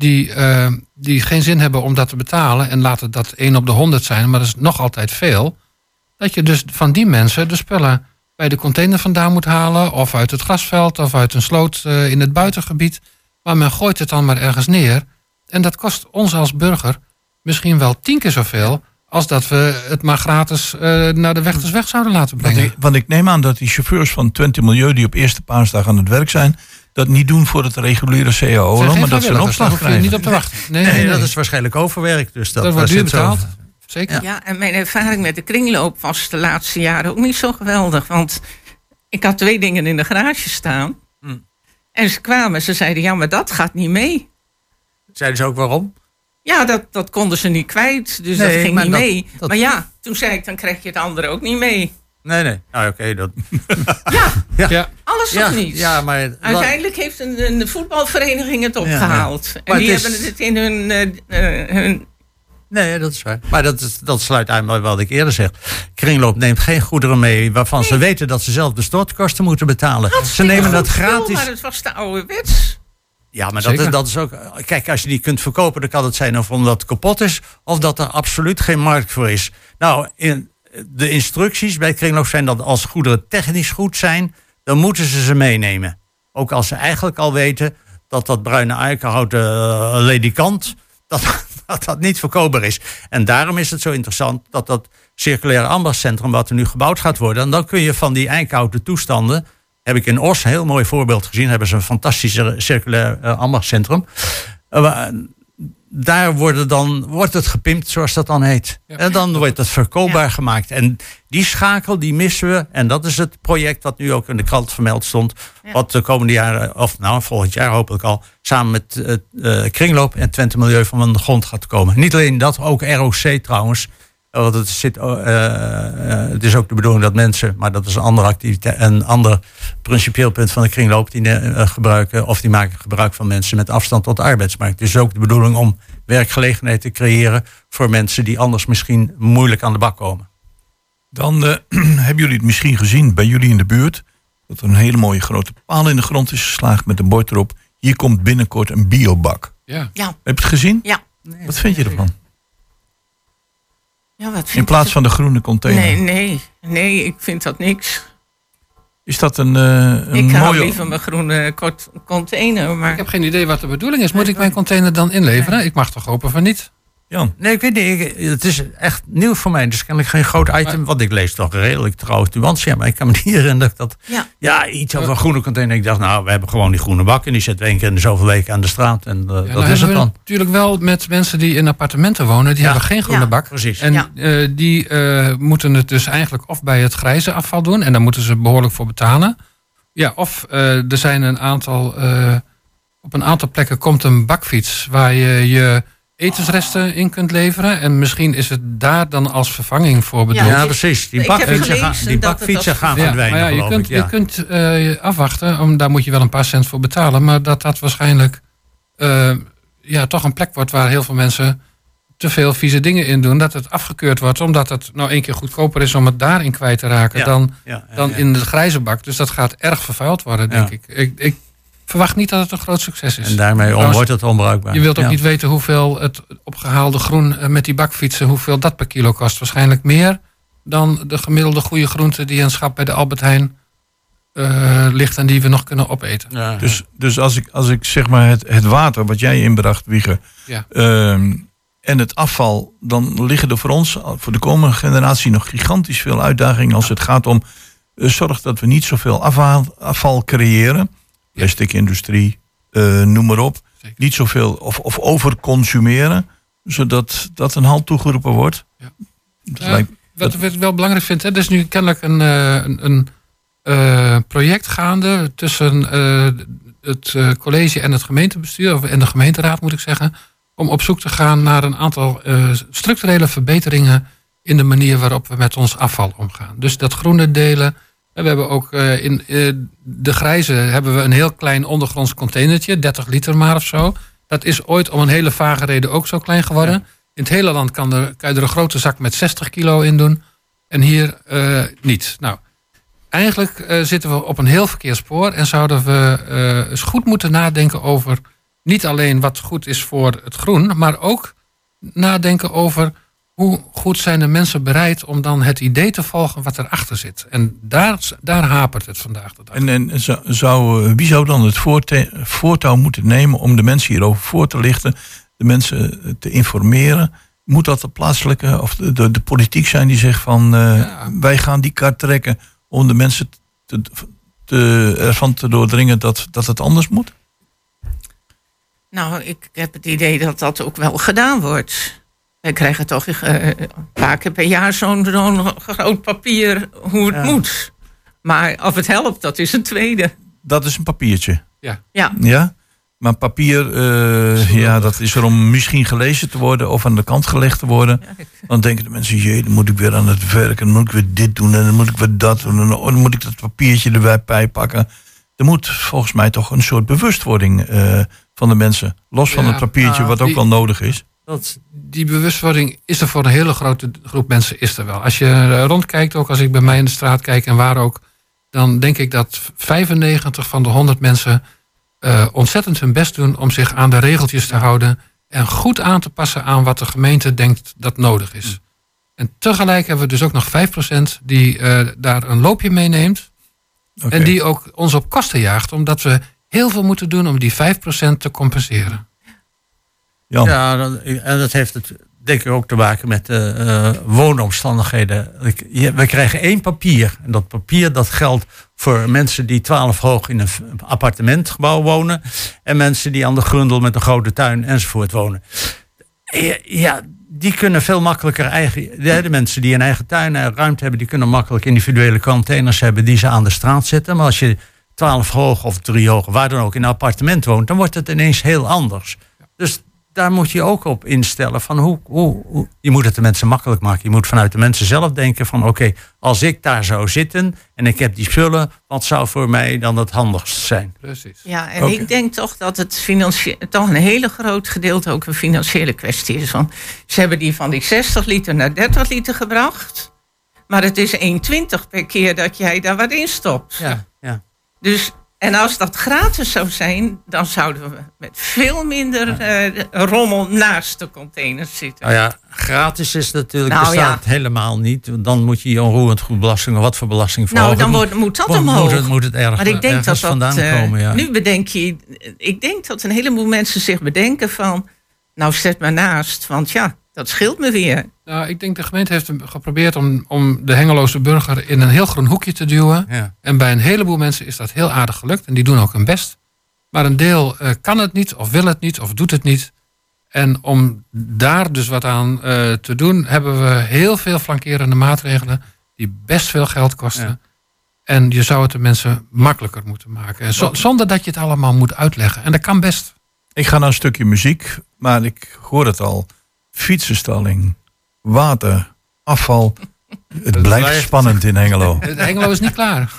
die geen zin hebben om dat te betalen, en laten dat 1 op de 100 zijn, maar dat is nog altijd veel, dat je dus van die mensen de spullen bij de container vandaan moet halen, of uit het grasveld, of uit een sloot in het buitengebied. Maar men gooit het dan maar ergens neer. En dat kost ons als burger misschien wel 10 keer zoveel als dat we het maar gratis naar de Wechtersweg zouden laten brengen. Want ik neem aan dat die chauffeurs van Twente Milieu die op eerste paasdag aan het werk zijn, dat niet doen voor het reguliere CAO, maar dat ze een opslag krijgen. Niet op te wachten. Nee, dat is waarschijnlijk overwerk. Dus dat wordt duur betaald. Zeker. Ja, en mijn ervaring met de Kringloop was de laatste jaren ook niet zo geweldig. Want ik had 2 dingen in de garage staan. En ze kwamen, ze zeiden, ja, maar dat gaat niet mee. Zeiden ze ook waarom? Ja, dat konden ze niet kwijt, dus dat ging niet mee. Maar ja, toen zei ik, dan krijg je het andere ook niet mee. Nee. Nou, oké. Dat... Ja, alles of niets. Ja, maar... Uiteindelijk heeft een voetbalvereniging het opgehaald. En die hebben het in hun... Nee, dat is waar. Maar dat sluit aan bij wat ik eerder zeg. Kringloop neemt geen goederen mee waarvan ze weten dat ze zelf de stortkosten moeten betalen. Ze nemen dat gratis. Maar het was de ouderwets. Ja, maar dat is ook... Kijk, als je die kunt verkopen, dan kan het zijn of omdat het kapot is, of dat er absoluut geen markt voor is. Nou, de instructies bij Kringloop zijn dat als goederen technisch goed zijn, dan moeten ze meenemen. Ook als ze eigenlijk al weten dat bruine eikenhouten ledikant, dat niet verkoopbaar is. En daarom is het zo interessant dat circulaire ambachtscentrum wat er nu gebouwd gaat worden, en dan kun je van die eikenhouten toestanden, heb ik in Os een heel mooi voorbeeld gezien, hebben ze een fantastisch circulair ambachtscentrum. Daar wordt het gepimpt, zoals dat dan heet. Ja. En dan wordt het verkoopbaar gemaakt. En die schakel, die missen we. En dat is het project wat nu ook in de krant vermeld stond. Ja. Wat de komende jaren, of nou volgend jaar hopelijk al, samen met Kringloop en Twente Milieu van de grond gaat komen. Niet alleen dat, ook ROC trouwens. Want het is ook de bedoeling dat mensen, maar dat is een andere activiteit, een ander principieel punt van de Kringloop, die die maken gebruik van mensen met afstand tot de arbeidsmarkt. Het is ook de bedoeling om werkgelegenheid te creëren voor mensen die anders misschien moeilijk aan de bak komen. Dan hebben jullie het misschien gezien bij jullie in de buurt. dat er een hele mooie grote paal in de grond is geslagen met een bord erop. Hier komt binnenkort een biobak. Ja. Ja. Heb je het gezien? Ja. Wat vind je ervan? Ja, wat vind In plaats van de groene container. Nee, ik vind dat niks. Is dat een Ik hou mooie... liever mijn groene container. Maar Ik heb geen idee wat de bedoeling is. Moet ik mijn container dan inleveren? Ik mag toch hopen van niet? Jan? Nee, ik weet niet. Het is echt nieuw voor mij. Dus kennelijk geen groot item. Want ik lees toch redelijk trouw nuance. Maar ik kan me niet herinneren dat iets over een groene container. Ik dacht, we hebben gewoon die groene bak. En die zetten we 1 keer in de zoveel weken aan de straat. En dat is het dan. Natuurlijk wel met mensen die in appartementen wonen. Die hebben geen groene bak. Precies. En die moeten het dus eigenlijk of bij het grijze afval doen. En daar moeten ze behoorlijk voor betalen. Ja, of er zijn een aantal... op een aantal plekken komt een bakfiets waar je etensresten in kunt leveren. En misschien is het daar dan als vervanging voor bedoeld. Ja, precies. Die bakfietsen gaan verdwijnen, maar je kunt afwachten. Daar moet je wel een paar cent voor betalen. Maar dat waarschijnlijk toch een plek wordt waar heel veel mensen te veel vieze dingen in doen. Dat het afgekeurd wordt. Omdat het 1 keer goedkoper is om het daarin kwijt te raken dan in de grijze bak. Dus dat gaat erg vervuild worden, denk ik. Ik verwacht niet dat het een groot succes is. En daarmee wordt het onbruikbaar. Je wilt ook niet weten hoeveel het opgehaalde groen met die bakfietsen, hoeveel dat per kilo kost. Waarschijnlijk meer dan de gemiddelde goede groente die in het schap bij de Albert Heijn ligt en die we nog kunnen opeten. Ja. Dus als ik zeg maar het water wat jij inbracht, Wieger, en het afval, dan liggen er voor ons, voor de komende generatie, nog gigantisch veel uitdagingen als het gaat om zorg dat we niet zoveel afval creëren. Plastic industrie, noem maar op. Zeker. Niet zoveel of overconsumeren, zodat dat een halt toegeroepen wordt. Ja. Wat ik wel belangrijk vind, er is nu kennelijk een project gaande tussen het college en het gemeentebestuur, en de gemeenteraad moet ik zeggen, om op zoek te gaan naar een aantal structurele verbeteringen in de manier waarop we met ons afval omgaan. Dus dat groene delen. We hebben ook in de grijze hebben we een heel klein ondergronds containertje, 30 liter maar of zo. Dat is ooit om een hele vage reden ook zo klein geworden. Ja. In het hele land kan je er een grote zak met 60 kilo in doen. En hier niet. Nou, eigenlijk zitten we op een heel verkeerd spoor. En zouden we eens goed moeten nadenken over niet alleen wat goed is voor het groen, maar ook nadenken over hoe goed zijn de mensen bereid om dan het idee te volgen wat erachter zit. En daar hapert het vandaag de dag. En wie zou dan het voortouw moeten nemen om de mensen hierover voor te lichten, de mensen te informeren? Moet dat de plaatselijke of de politiek zijn die zegt van wij gaan die kaart trekken om de mensen ervan te doordringen dat het anders moet? Nou, ik heb het idee dat dat ook wel gedaan wordt. Wij krijgen toch een paar keer per jaar zo'n groot papier hoe het moet. Maar of het helpt, dat is een tweede. Dat is een papiertje? Ja. Maar papier, dat is er om misschien gelezen te worden of aan de kant gelegd te worden. Dan denken de mensen, dan moet ik weer aan het werk en dan moet ik weer dit doen en dan moet ik weer dat doen en dan moet ik dat papiertje erbij pakken. Er moet volgens mij toch een soort bewustwording van de mensen, los van het papiertje wat ook wel nodig is. Die bewustwording is er voor een hele grote groep mensen is er wel. Als je rondkijkt, ook als ik bij mij in de straat kijk en waar ook, dan denk ik dat 95 van de 100 mensen ontzettend hun best doen om zich aan de regeltjes te houden en goed aan te passen aan wat de gemeente denkt dat nodig is. En tegelijk hebben we dus ook nog 5% die daar een loopje meeneemt. Okay. En die ook ons op kosten jaagt, omdat we heel veel moeten doen om die 5% te compenseren. Jan. Ja, en dat heeft het denk ik ook te maken met woonomstandigheden. We krijgen 1 papier. En dat papier dat geldt voor mensen die 12 hoog in een appartementgebouw wonen. En mensen die aan de grundel met een grote tuin enzovoort wonen. Ja, die kunnen veel makkelijker de mensen die een eigen tuin en ruimte hebben, die kunnen makkelijk individuele containers hebben die ze aan de straat zetten. Maar als je 12 hoog of 3 hoog, waar dan ook in een appartement woont, dan wordt het ineens heel anders. Dus daar moet je ook op instellen van hoe je moet het de mensen makkelijk maken. Je moet vanuit de mensen zelf denken van oké, als ik daar zou zitten en ik heb die spullen, wat zou voor mij dan het handigst zijn? Precies. Ja, en ik denk toch dat het toch een hele groot gedeelte ook een financiële kwestie is. Want ze hebben die van die 60 liter naar 30 liter gebracht. Maar het is 1,20 per keer dat jij daar wat in stopt. Ja. Dus, en als dat gratis zou zijn, dan zouden we met veel minder rommel naast de containers zitten. Nou ja, gratis is natuurlijk bestaat helemaal niet. Dan moet je je onroerend goedbelasting of wat voor belasting verhogen. Nou, dan moet dat omhoog. Moet het ergens, maar ik denk dat vandaan komen. Ja. Nu bedenk je, ik denk dat een heleboel mensen zich bedenken van, nou zet maar naast, want ja, dat scheelt me weer. Nou, ik denk de gemeente heeft geprobeerd om de Hengeloze burger in een heel groen hoekje te duwen. Ja. En bij een heleboel mensen is dat heel aardig gelukt. En die doen ook hun best. Maar een deel kan het niet, of wil het niet, of doet het niet. En om daar dus wat aan te doen, hebben we heel veel flankerende maatregelen die best veel geld kosten. Ja. En je zou het de mensen makkelijker moeten maken. Zonder dat je het allemaal moet uitleggen. En dat kan best. Ik ga naar een stukje muziek, maar ik hoor het al. Fietsenstalling, water, afval. Het blijft spannend in Hengelo. Hengelo is niet klaar.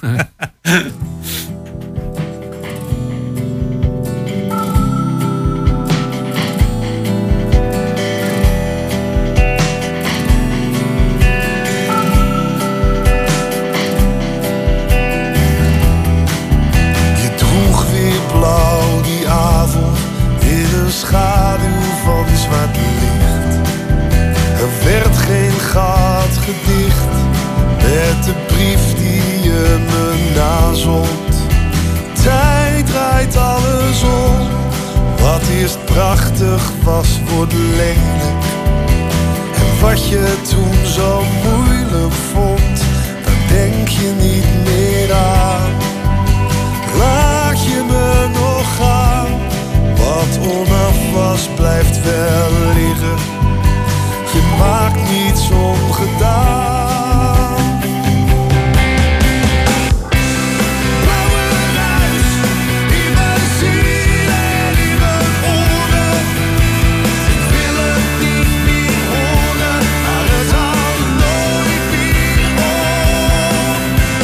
Je droeg weer blauw die avond in een schaduw van zwart licht. Er werd geen gat gedicht met de brief die je me nazond. Tijd draait alles om. Wat eerst prachtig was, wordt lelijk. En wat je toen zo moeilijk vond, daar denk je niet meer aan. Laat je me nog gaan. Wat onaf was, blijft wel liggen. Je maakt niets ongedaan. Blauwe ruis in mijn ziel en in mijn oren. Ik wil het niet meer horen, maar het houdt nooit meer op.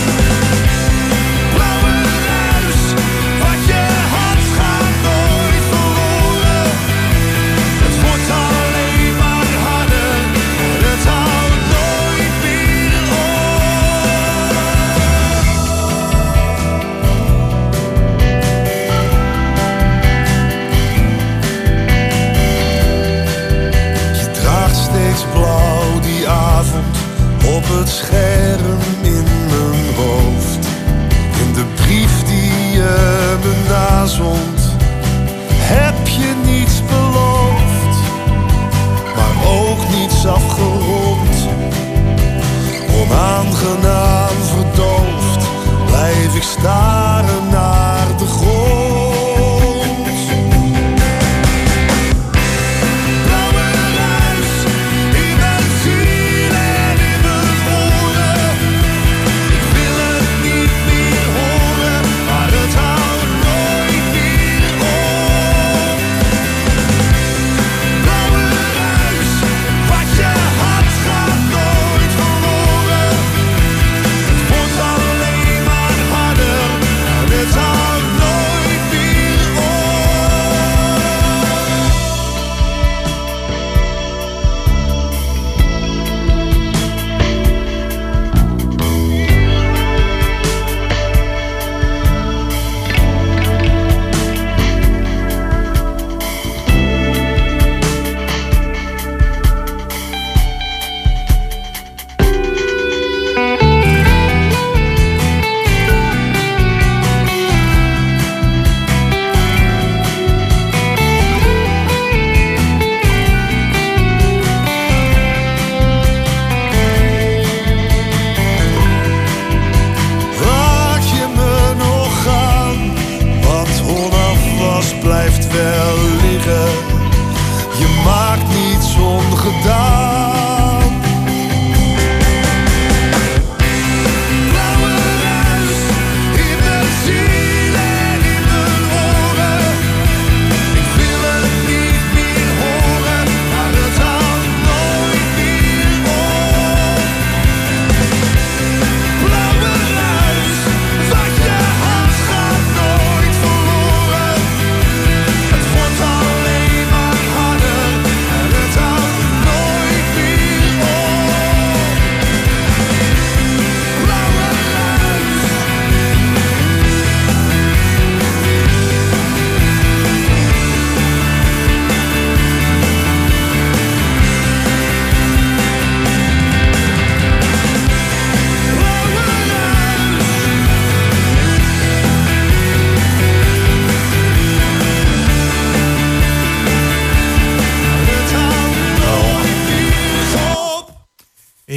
Blauwe ruis, wat je had gaat nooit verloren. Het wordt alleen maar harder, het houdt nooit meer op. Je draagt steeds blauw die avond op het scherm in mijn hoofd. In de brief die je me nazond, heb je niets beloofd, maar ook niets afgerond. Onaangenaam verdoofd, blijf ik staren naar de grond. Blauwe ruis in mijn ziel en in mijn oren. Ik wil het niet meer horen, maar het houdt nooit meer op. Blauwe ruis, wat je had gaat nooit verloren. Het wordt alleen maar harder,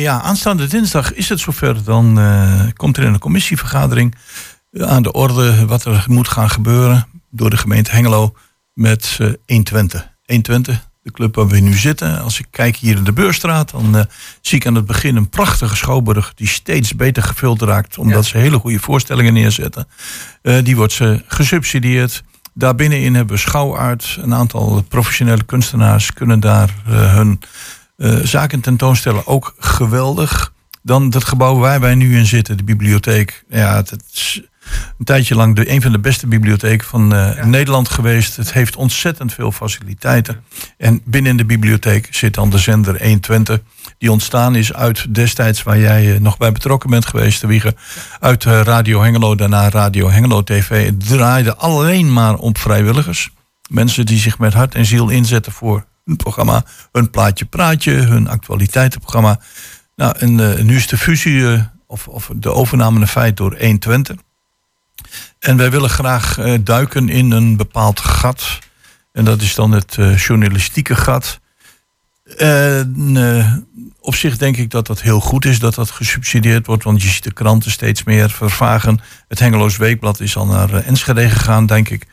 Ja, aanstaande dinsdag is het zover. Dan komt er in een commissievergadering aan de orde wat er moet gaan gebeuren door de gemeente Hengelo met 120. 120, de club waar we nu zitten. Als ik kijk hier in de Beurstraat, dan zie ik aan het begin een prachtige schouwburg die steeds beter gevuld raakt, omdat ze hele goede voorstellingen neerzetten. Die wordt ze gesubsidieerd. Daarbinnenin hebben we schouwaard. Een aantal professionele kunstenaars kunnen daar hun zaken tentoonstellen. Ook geweldig. Dan het gebouw waar wij nu in zitten, de bibliotheek. Ja, het is een tijdje lang een van de beste bibliotheken van Nederland geweest. Het heeft ontzettend veel faciliteiten. En binnen de bibliotheek zit dan de zender 120. Die ontstaan is uit destijds waar jij nog bij betrokken bent geweest, Wieger. Uit Radio Hengelo, daarna Radio Hengelo TV. Het draaide alleen maar op vrijwilligers. Mensen die zich met hart en ziel inzetten voor hun programma. Hun Plaatje Praatje, hun actualiteitenprogramma. Nou, en nu is de fusie of de overname een feit door 120. En wij willen graag duiken in een bepaald gat. En dat is dan het journalistieke gat. Op zich denk ik dat dat heel goed is dat dat gesubsidieerd wordt. Want je ziet de kranten steeds meer vervagen. Het Hengeloos Weekblad is al naar Enschede gegaan, denk ik.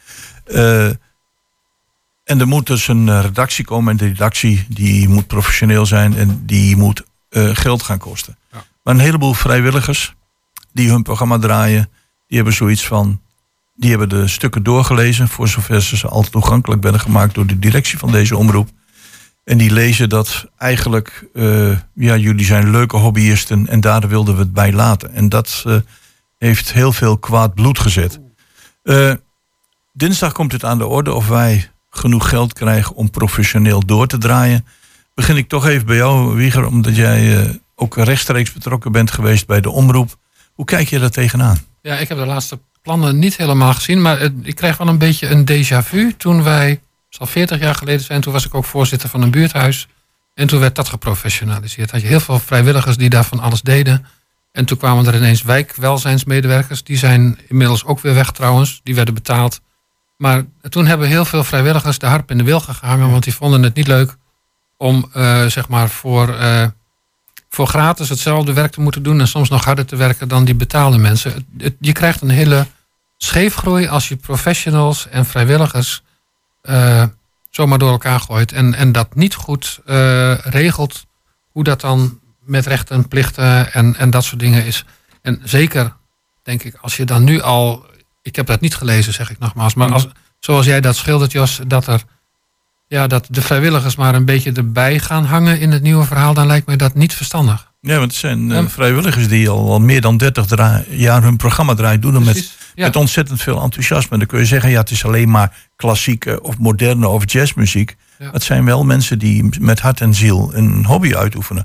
En er moet dus een redactie komen. En de redactie die moet professioneel zijn. En die moet geld gaan kosten. Ja. Maar een heleboel vrijwilligers die hun programma draaien, die hebben zoiets van, die hebben de stukken doorgelezen, voor zover ze al toegankelijk werden gemaakt door de directie van deze omroep. En die lezen dat eigenlijk, jullie zijn leuke hobbyisten en daar wilden we het bij laten. En dat heeft heel veel kwaad bloed gezet. Dinsdag komt het aan de orde of wij genoeg geld krijgen om professioneel door te draaien. Begin ik toch even bij jou, Wieger, omdat jij ook rechtstreeks betrokken bent geweest bij de omroep. Hoe kijk je daar tegenaan? Ja, ik heb de laatste plannen niet helemaal gezien, maar ik kreeg wel een beetje een déjà vu. Toen wij, het zal 40 jaar geleden zijn, toen was ik ook voorzitter van een buurthuis. En toen werd dat geprofessionaliseerd. Had je heel veel vrijwilligers die daar van alles deden. En toen kwamen er ineens wijkwelzijnsmedewerkers. Die zijn inmiddels ook weer weg trouwens. Die werden betaald. Maar toen hebben heel veel vrijwilligers de harp in de wilgen gehangen, want die vonden het niet leuk om voor gratis hetzelfde werk te moeten doen en soms nog harder te werken dan die betaalde mensen. Je krijgt een hele scheefgroei als je professionals en vrijwilligers zomaar door elkaar gooit en dat niet goed regelt hoe dat dan met rechten en plichten en dat soort dingen is. En zeker, denk ik, als je dan nu al, ik heb dat niet gelezen, zeg ik nogmaals, maar zoals jij dat schildert, Jos, dat de vrijwilligers maar een beetje erbij gaan hangen in het nieuwe verhaal, dan lijkt mij dat niet verstandig. Ja, want het zijn vrijwilligers die al meer dan 30 jaar hun programma draaien, doen met ontzettend veel enthousiasme. Dan kun je zeggen, het is alleen maar klassieke of moderne of jazzmuziek. Ja. Het zijn wel mensen die met hart en ziel een hobby uitoefenen.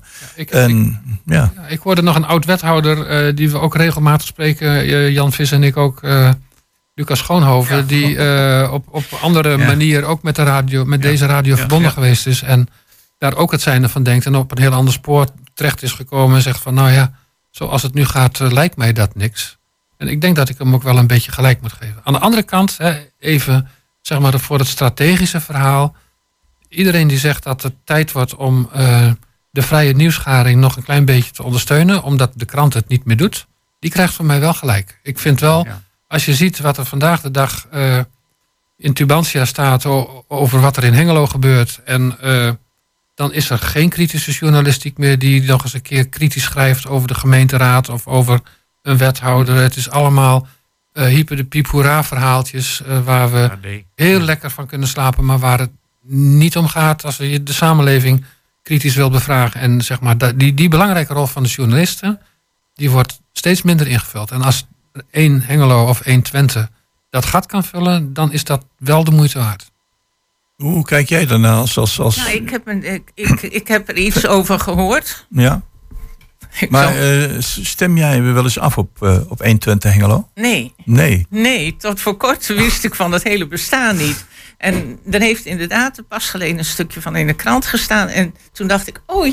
Ik hoorde nog een oud-wethouder die we ook regelmatig spreken, Jan Vis en ik ook, Lucas Schoonhoven, die op andere manier ook met de radio, met deze radio verbonden geweest is. En daar ook het zijnde van denkt en op een heel ander spoor terecht is gekomen en zegt van zoals het nu gaat, lijkt mij dat niks. En ik denk dat ik hem ook wel een beetje gelijk moet geven. Aan de andere kant, even zeg maar voor het strategische verhaal. Iedereen die zegt dat het tijd wordt om de vrije nieuwsgaring nog een klein beetje te ondersteunen, omdat de krant het niet meer doet, die krijgt van mij wel gelijk. Ik vind wel, als je ziet wat er vandaag de dag in Tubantia staat over wat er in Hengelo gebeurt, en dan is er geen kritische journalistiek meer die nog eens een keer kritisch schrijft over de gemeenteraad of over een wethouder. Het is allemaal hyper de piep hoera verhaaltjes waar we heel lekker van kunnen slapen, maar waar het niet om gaat als je de samenleving kritisch wilt bevragen. En zeg maar, die belangrijke rol van de journalisten, die wordt steeds minder ingevuld. En als 1 Hengelo of 1 Twente dat gat kan vullen, dan is dat wel de moeite waard. Hoe kijk jij daarna als... Nou, ik heb er iets over gehoord. Ja. Maar stem jij wel eens af op 1 Twente Hengelo? Nee, tot voor kort wist ik van het hele bestaan niet. En er heeft inderdaad pas geleden een stukje van in de krant gestaan. En toen dacht ik, want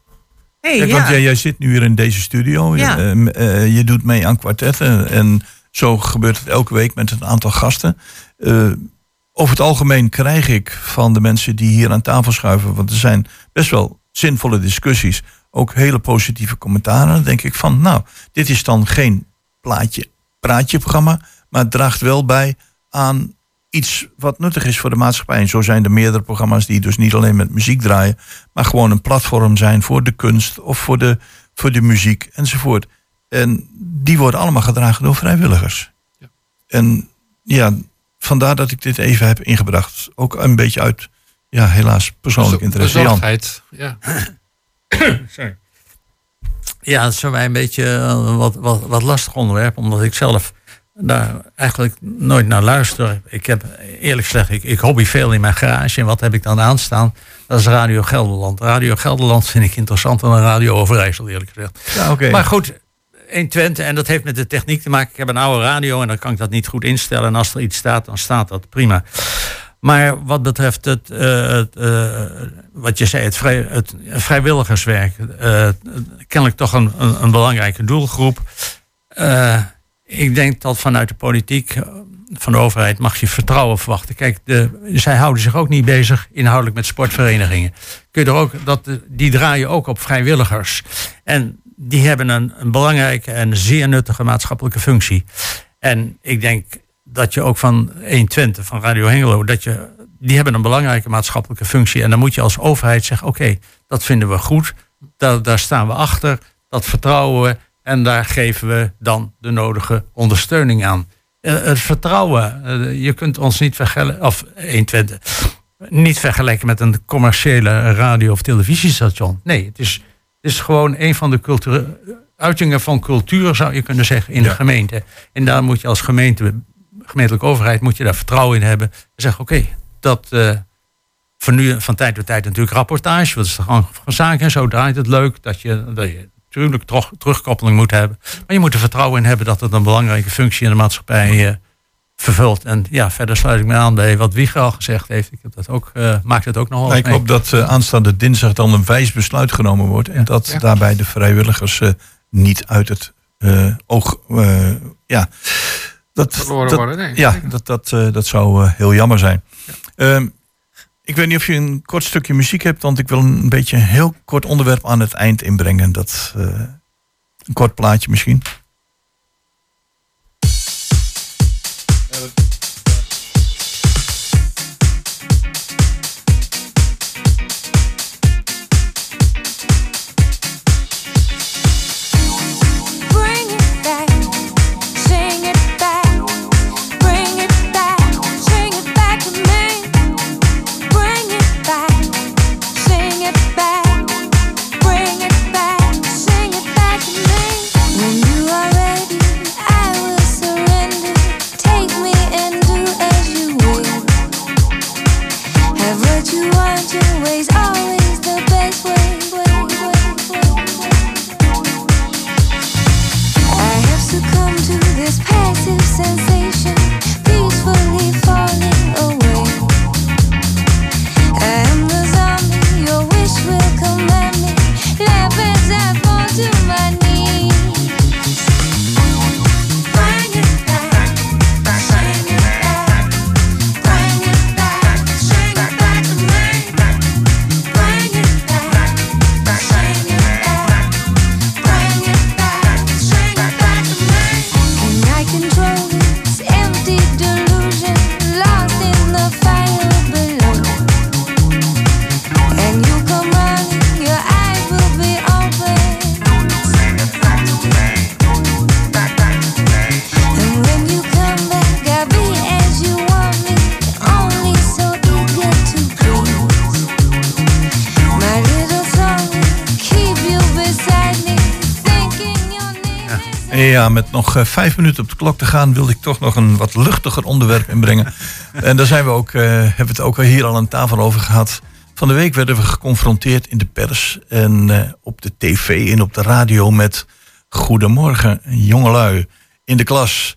jij zit nu weer in deze studio. Ja. Je doet mee aan kwartetten. En zo gebeurt het elke week met een aantal gasten. Over het algemeen krijg ik van de mensen die hier aan tafel schuiven, want er zijn best wel zinvolle discussies, ook hele positieve commentaren. Dan denk ik van, nou, dit is dan geen praatje-programma, maar het draagt wel bij aan iets wat nuttig is voor de maatschappij. En zo zijn er meerdere programma's die dus niet alleen met muziek draaien, maar gewoon een platform zijn voor de kunst of voor de muziek enzovoort. En die worden allemaal gedragen door vrijwilligers. Ja. En ja, vandaar dat ik dit even heb ingebracht. Ook een beetje uit, ja, helaas persoonlijk interesse. Bezorgdheid, ja. Sorry. Ja, het is voor mij een beetje wat lastig onderwerp, omdat ik zelf daar eigenlijk nooit naar luister. Ik heb eerlijk gezegd, ik hobby veel in mijn garage. En wat heb ik dan aanstaan? Dat is Radio Gelderland. Radio Gelderland vind ik interessanter dan Radio Overijssel, eerlijk gezegd. Ja, okay. Maar goed, 120, en dat heeft met de techniek te maken. Ik heb een oude radio en dan kan ik dat niet goed instellen. En als er iets staat, dan staat dat prima. Maar wat betreft wat je zei, het vrijwilligerswerk, kennelijk toch een belangrijke doelgroep. Ik denk dat vanuit de politiek, van de overheid, mag je vertrouwen verwachten. Kijk, zij houden zich ook niet bezig inhoudelijk met sportverenigingen. Kun je er ook, die draaien ook op vrijwilligers. En die hebben een belangrijke en zeer nuttige maatschappelijke functie. En ik denk dat je ook van 120, van Radio Hengelo, die hebben een belangrijke maatschappelijke functie. En dan moet je als overheid zeggen, oké, dat vinden we goed. Daar staan we achter. Dat vertrouwen we. En daar geven we dan de nodige ondersteuning aan. Het vertrouwen, je kunt ons niet vergelijken, of 120, niet vergelijken met een commerciële radio- of televisiestation. Nee, het is gewoon een van de uitingen van cultuur, zou je kunnen zeggen, in de gemeente. En daar moet je als gemeentelijke overheid moet je daar vertrouwen in hebben. En zeggen, oké, dat van tijd tot tijd natuurlijk rapportage, wat is de gang van zaken en zo draait het leuk, dat je natuurlijk terugkoppeling moet hebben. Maar je moet er vertrouwen in hebben dat het een belangrijke functie in de maatschappij vervult. En ja, verder sluit ik me aan bij wat Wieger al gezegd heeft. Ik heb dat ook, maakt het ook nog wel. Ik hoop dat aanstaande dinsdag dan een wijs besluit genomen wordt. En dat daarbij de vrijwilligers niet uit het oog... verloren worden. Nee. Ja, dat zou heel jammer zijn. Ja. Ik weet niet of je een kort stukje muziek hebt, want ik wil een beetje een heel kort onderwerp aan het eind inbrengen. Een kort plaatje misschien. Ja, met nog 5 minuten op de klok te gaan wilde ik toch nog een wat luchtiger onderwerp inbrengen. En daar zijn we ook, hebben we het ook hier al aan tafel over gehad. Van de week werden we geconfronteerd in de pers en op de tv en op de radio met goedemorgen jongelui in de klas.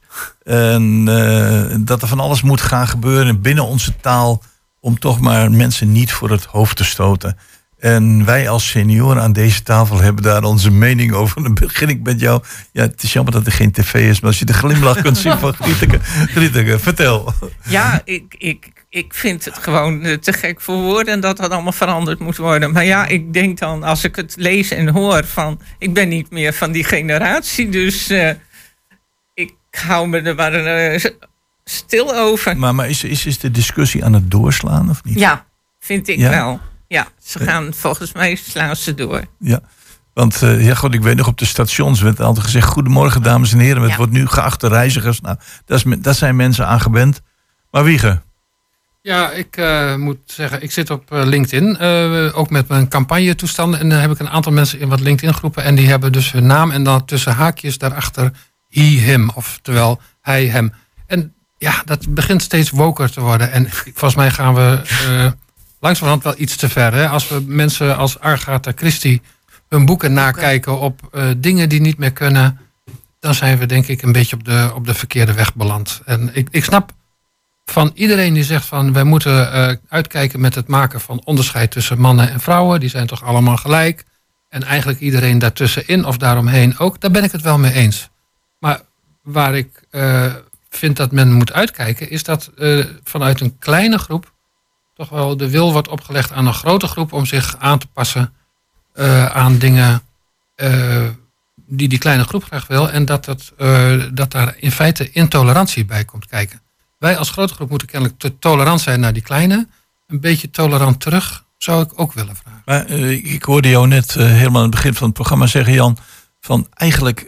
En dat er van alles moet gaan gebeuren binnen onze taal om toch maar mensen niet voor het hoofd te stoten. En wij als senioren aan deze tafel hebben daar onze mening over. Dan begin ik met jou. Ja, het is jammer dat er geen tv is, maar als je de glimlach kunt zien van Grieteke, vertel. Ja, ik vind het gewoon te gek voor woorden dat allemaal veranderd moet worden. Maar ja, ik denk dan, als ik het lees en hoor, van ik ben niet meer van die generatie, dus ik hou me er maar stil over. Maar is de discussie aan het doorslaan of niet? Ja, vind ik wel. Ja, ze gaan volgens mij slaan ze door. Ja, want ik weet nog op de stations werd altijd gezegd: goedemorgen dames en heren, het wordt nu geachte reizigers. Nou, daar zijn mensen aan gewend. Maar Wiege? Ja, ik moet zeggen, ik zit op LinkedIn, ook met mijn campagnetoestanden. En dan heb ik een aantal mensen in wat LinkedIn-groepen. En die hebben dus hun naam en dan tussen haakjes daarachter he, him. Oftewel hij, hem. En ja, dat begint steeds woker te worden. En volgens mij gaan we langzamerhand wel iets te ver. Hè? Als we mensen als Agatha Christie hun boeken nakijken op dingen die niet meer kunnen, dan zijn we denk ik een beetje op de verkeerde weg beland. En ik snap van iedereen die zegt van wij moeten uitkijken met het maken van onderscheid tussen mannen en vrouwen. Die zijn toch allemaal gelijk. En eigenlijk iedereen daartussenin of daaromheen ook. Daar ben ik het wel mee eens. Maar waar ik vind dat men moet uitkijken is dat vanuit een kleine groep toch wel de wil wordt opgelegd aan een grote groep om zich aan te passen aan dingen die kleine groep graag wil. En dat daar in feite intolerantie bij komt kijken. Wij als grote groep moeten kennelijk te tolerant zijn naar die kleine. Een beetje tolerant terug zou ik ook willen vragen. Maar ik hoorde jou net helemaal aan het begin van het programma zeggen, Jan, van eigenlijk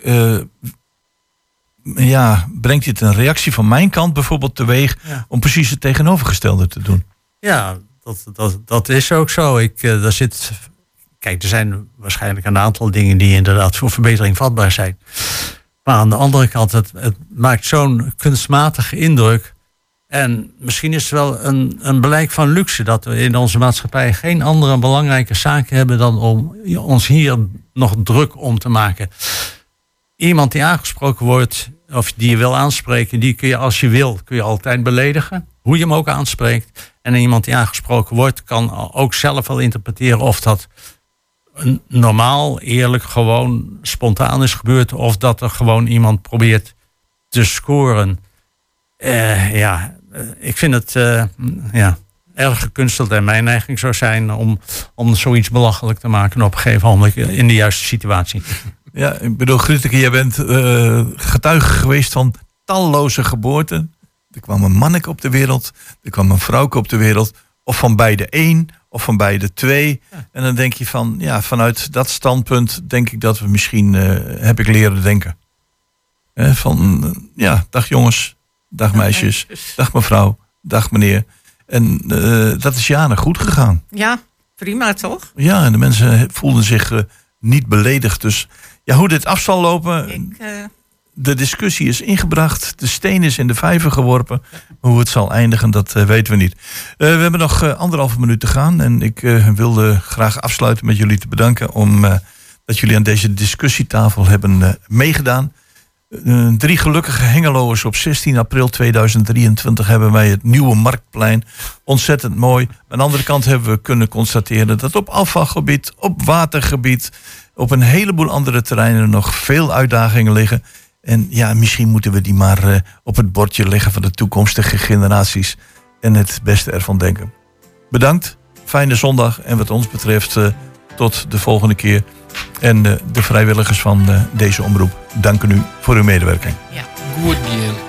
brengt dit een reactie van mijn kant bijvoorbeeld teweeg om precies het tegenovergestelde te doen. Ja, dat is ook zo. Kijk, er zijn waarschijnlijk een aantal dingen die inderdaad voor verbetering vatbaar zijn. Maar aan de andere kant, het maakt zo'n kunstmatige indruk. En misschien is het wel een blijk van luxe dat we in onze maatschappij geen andere belangrijke zaken hebben dan om ons hier nog druk om te maken. Iemand die aangesproken wordt, of die je wil aanspreken, die kun je als je wil, kun je altijd beledigen. Hoe je hem ook aanspreekt. En iemand die aangesproken wordt, kan ook zelf wel interpreteren of dat normaal, eerlijk, gewoon spontaan is gebeurd. Of dat er gewoon iemand probeert te scoren. Ik vind het erg gekunsteld. En mijn neiging zou zijn om zoiets belachelijk te maken op een gegeven moment in de juiste situatie. Ja, ik bedoel, Grieteke, jij bent getuige geweest van talloze geboorten. Er kwam een manneke op de wereld, er kwam een vrouwke op de wereld. Of van beide 1, of van beide 2. Ja. En dan denk je van, vanuit dat standpunt denk ik dat we misschien, heb ik leren denken. Dag jongens, dag meisjes, dag mevrouw, dag meneer. En dat is jaren goed gegaan. Ja, prima toch? Ja, en de mensen voelden zich niet beledigd. Dus hoe dit af zal lopen, de discussie is ingebracht. De steen is in de vijver geworpen. Hoe het zal eindigen, dat weten we niet. We hebben nog 1,5 minuut te gaan. En ik wilde graag afsluiten met jullie te bedanken dat jullie aan deze discussietafel hebben meegedaan. 3 gelukkige Hengeloers op 16 april 2023 hebben wij het Nieuwe Marktplein. Ontzettend mooi. Aan de andere kant hebben we kunnen constateren dat op afvalgebied, op watergebied, op een heleboel andere terreinen nog veel uitdagingen liggen. En misschien moeten we die maar op het bordje leggen van de toekomstige generaties en het beste ervan denken. Bedankt, fijne zondag en wat ons betreft tot de volgende keer. En de vrijwilligers van deze omroep danken u voor uw medewerking. Ja. Goed,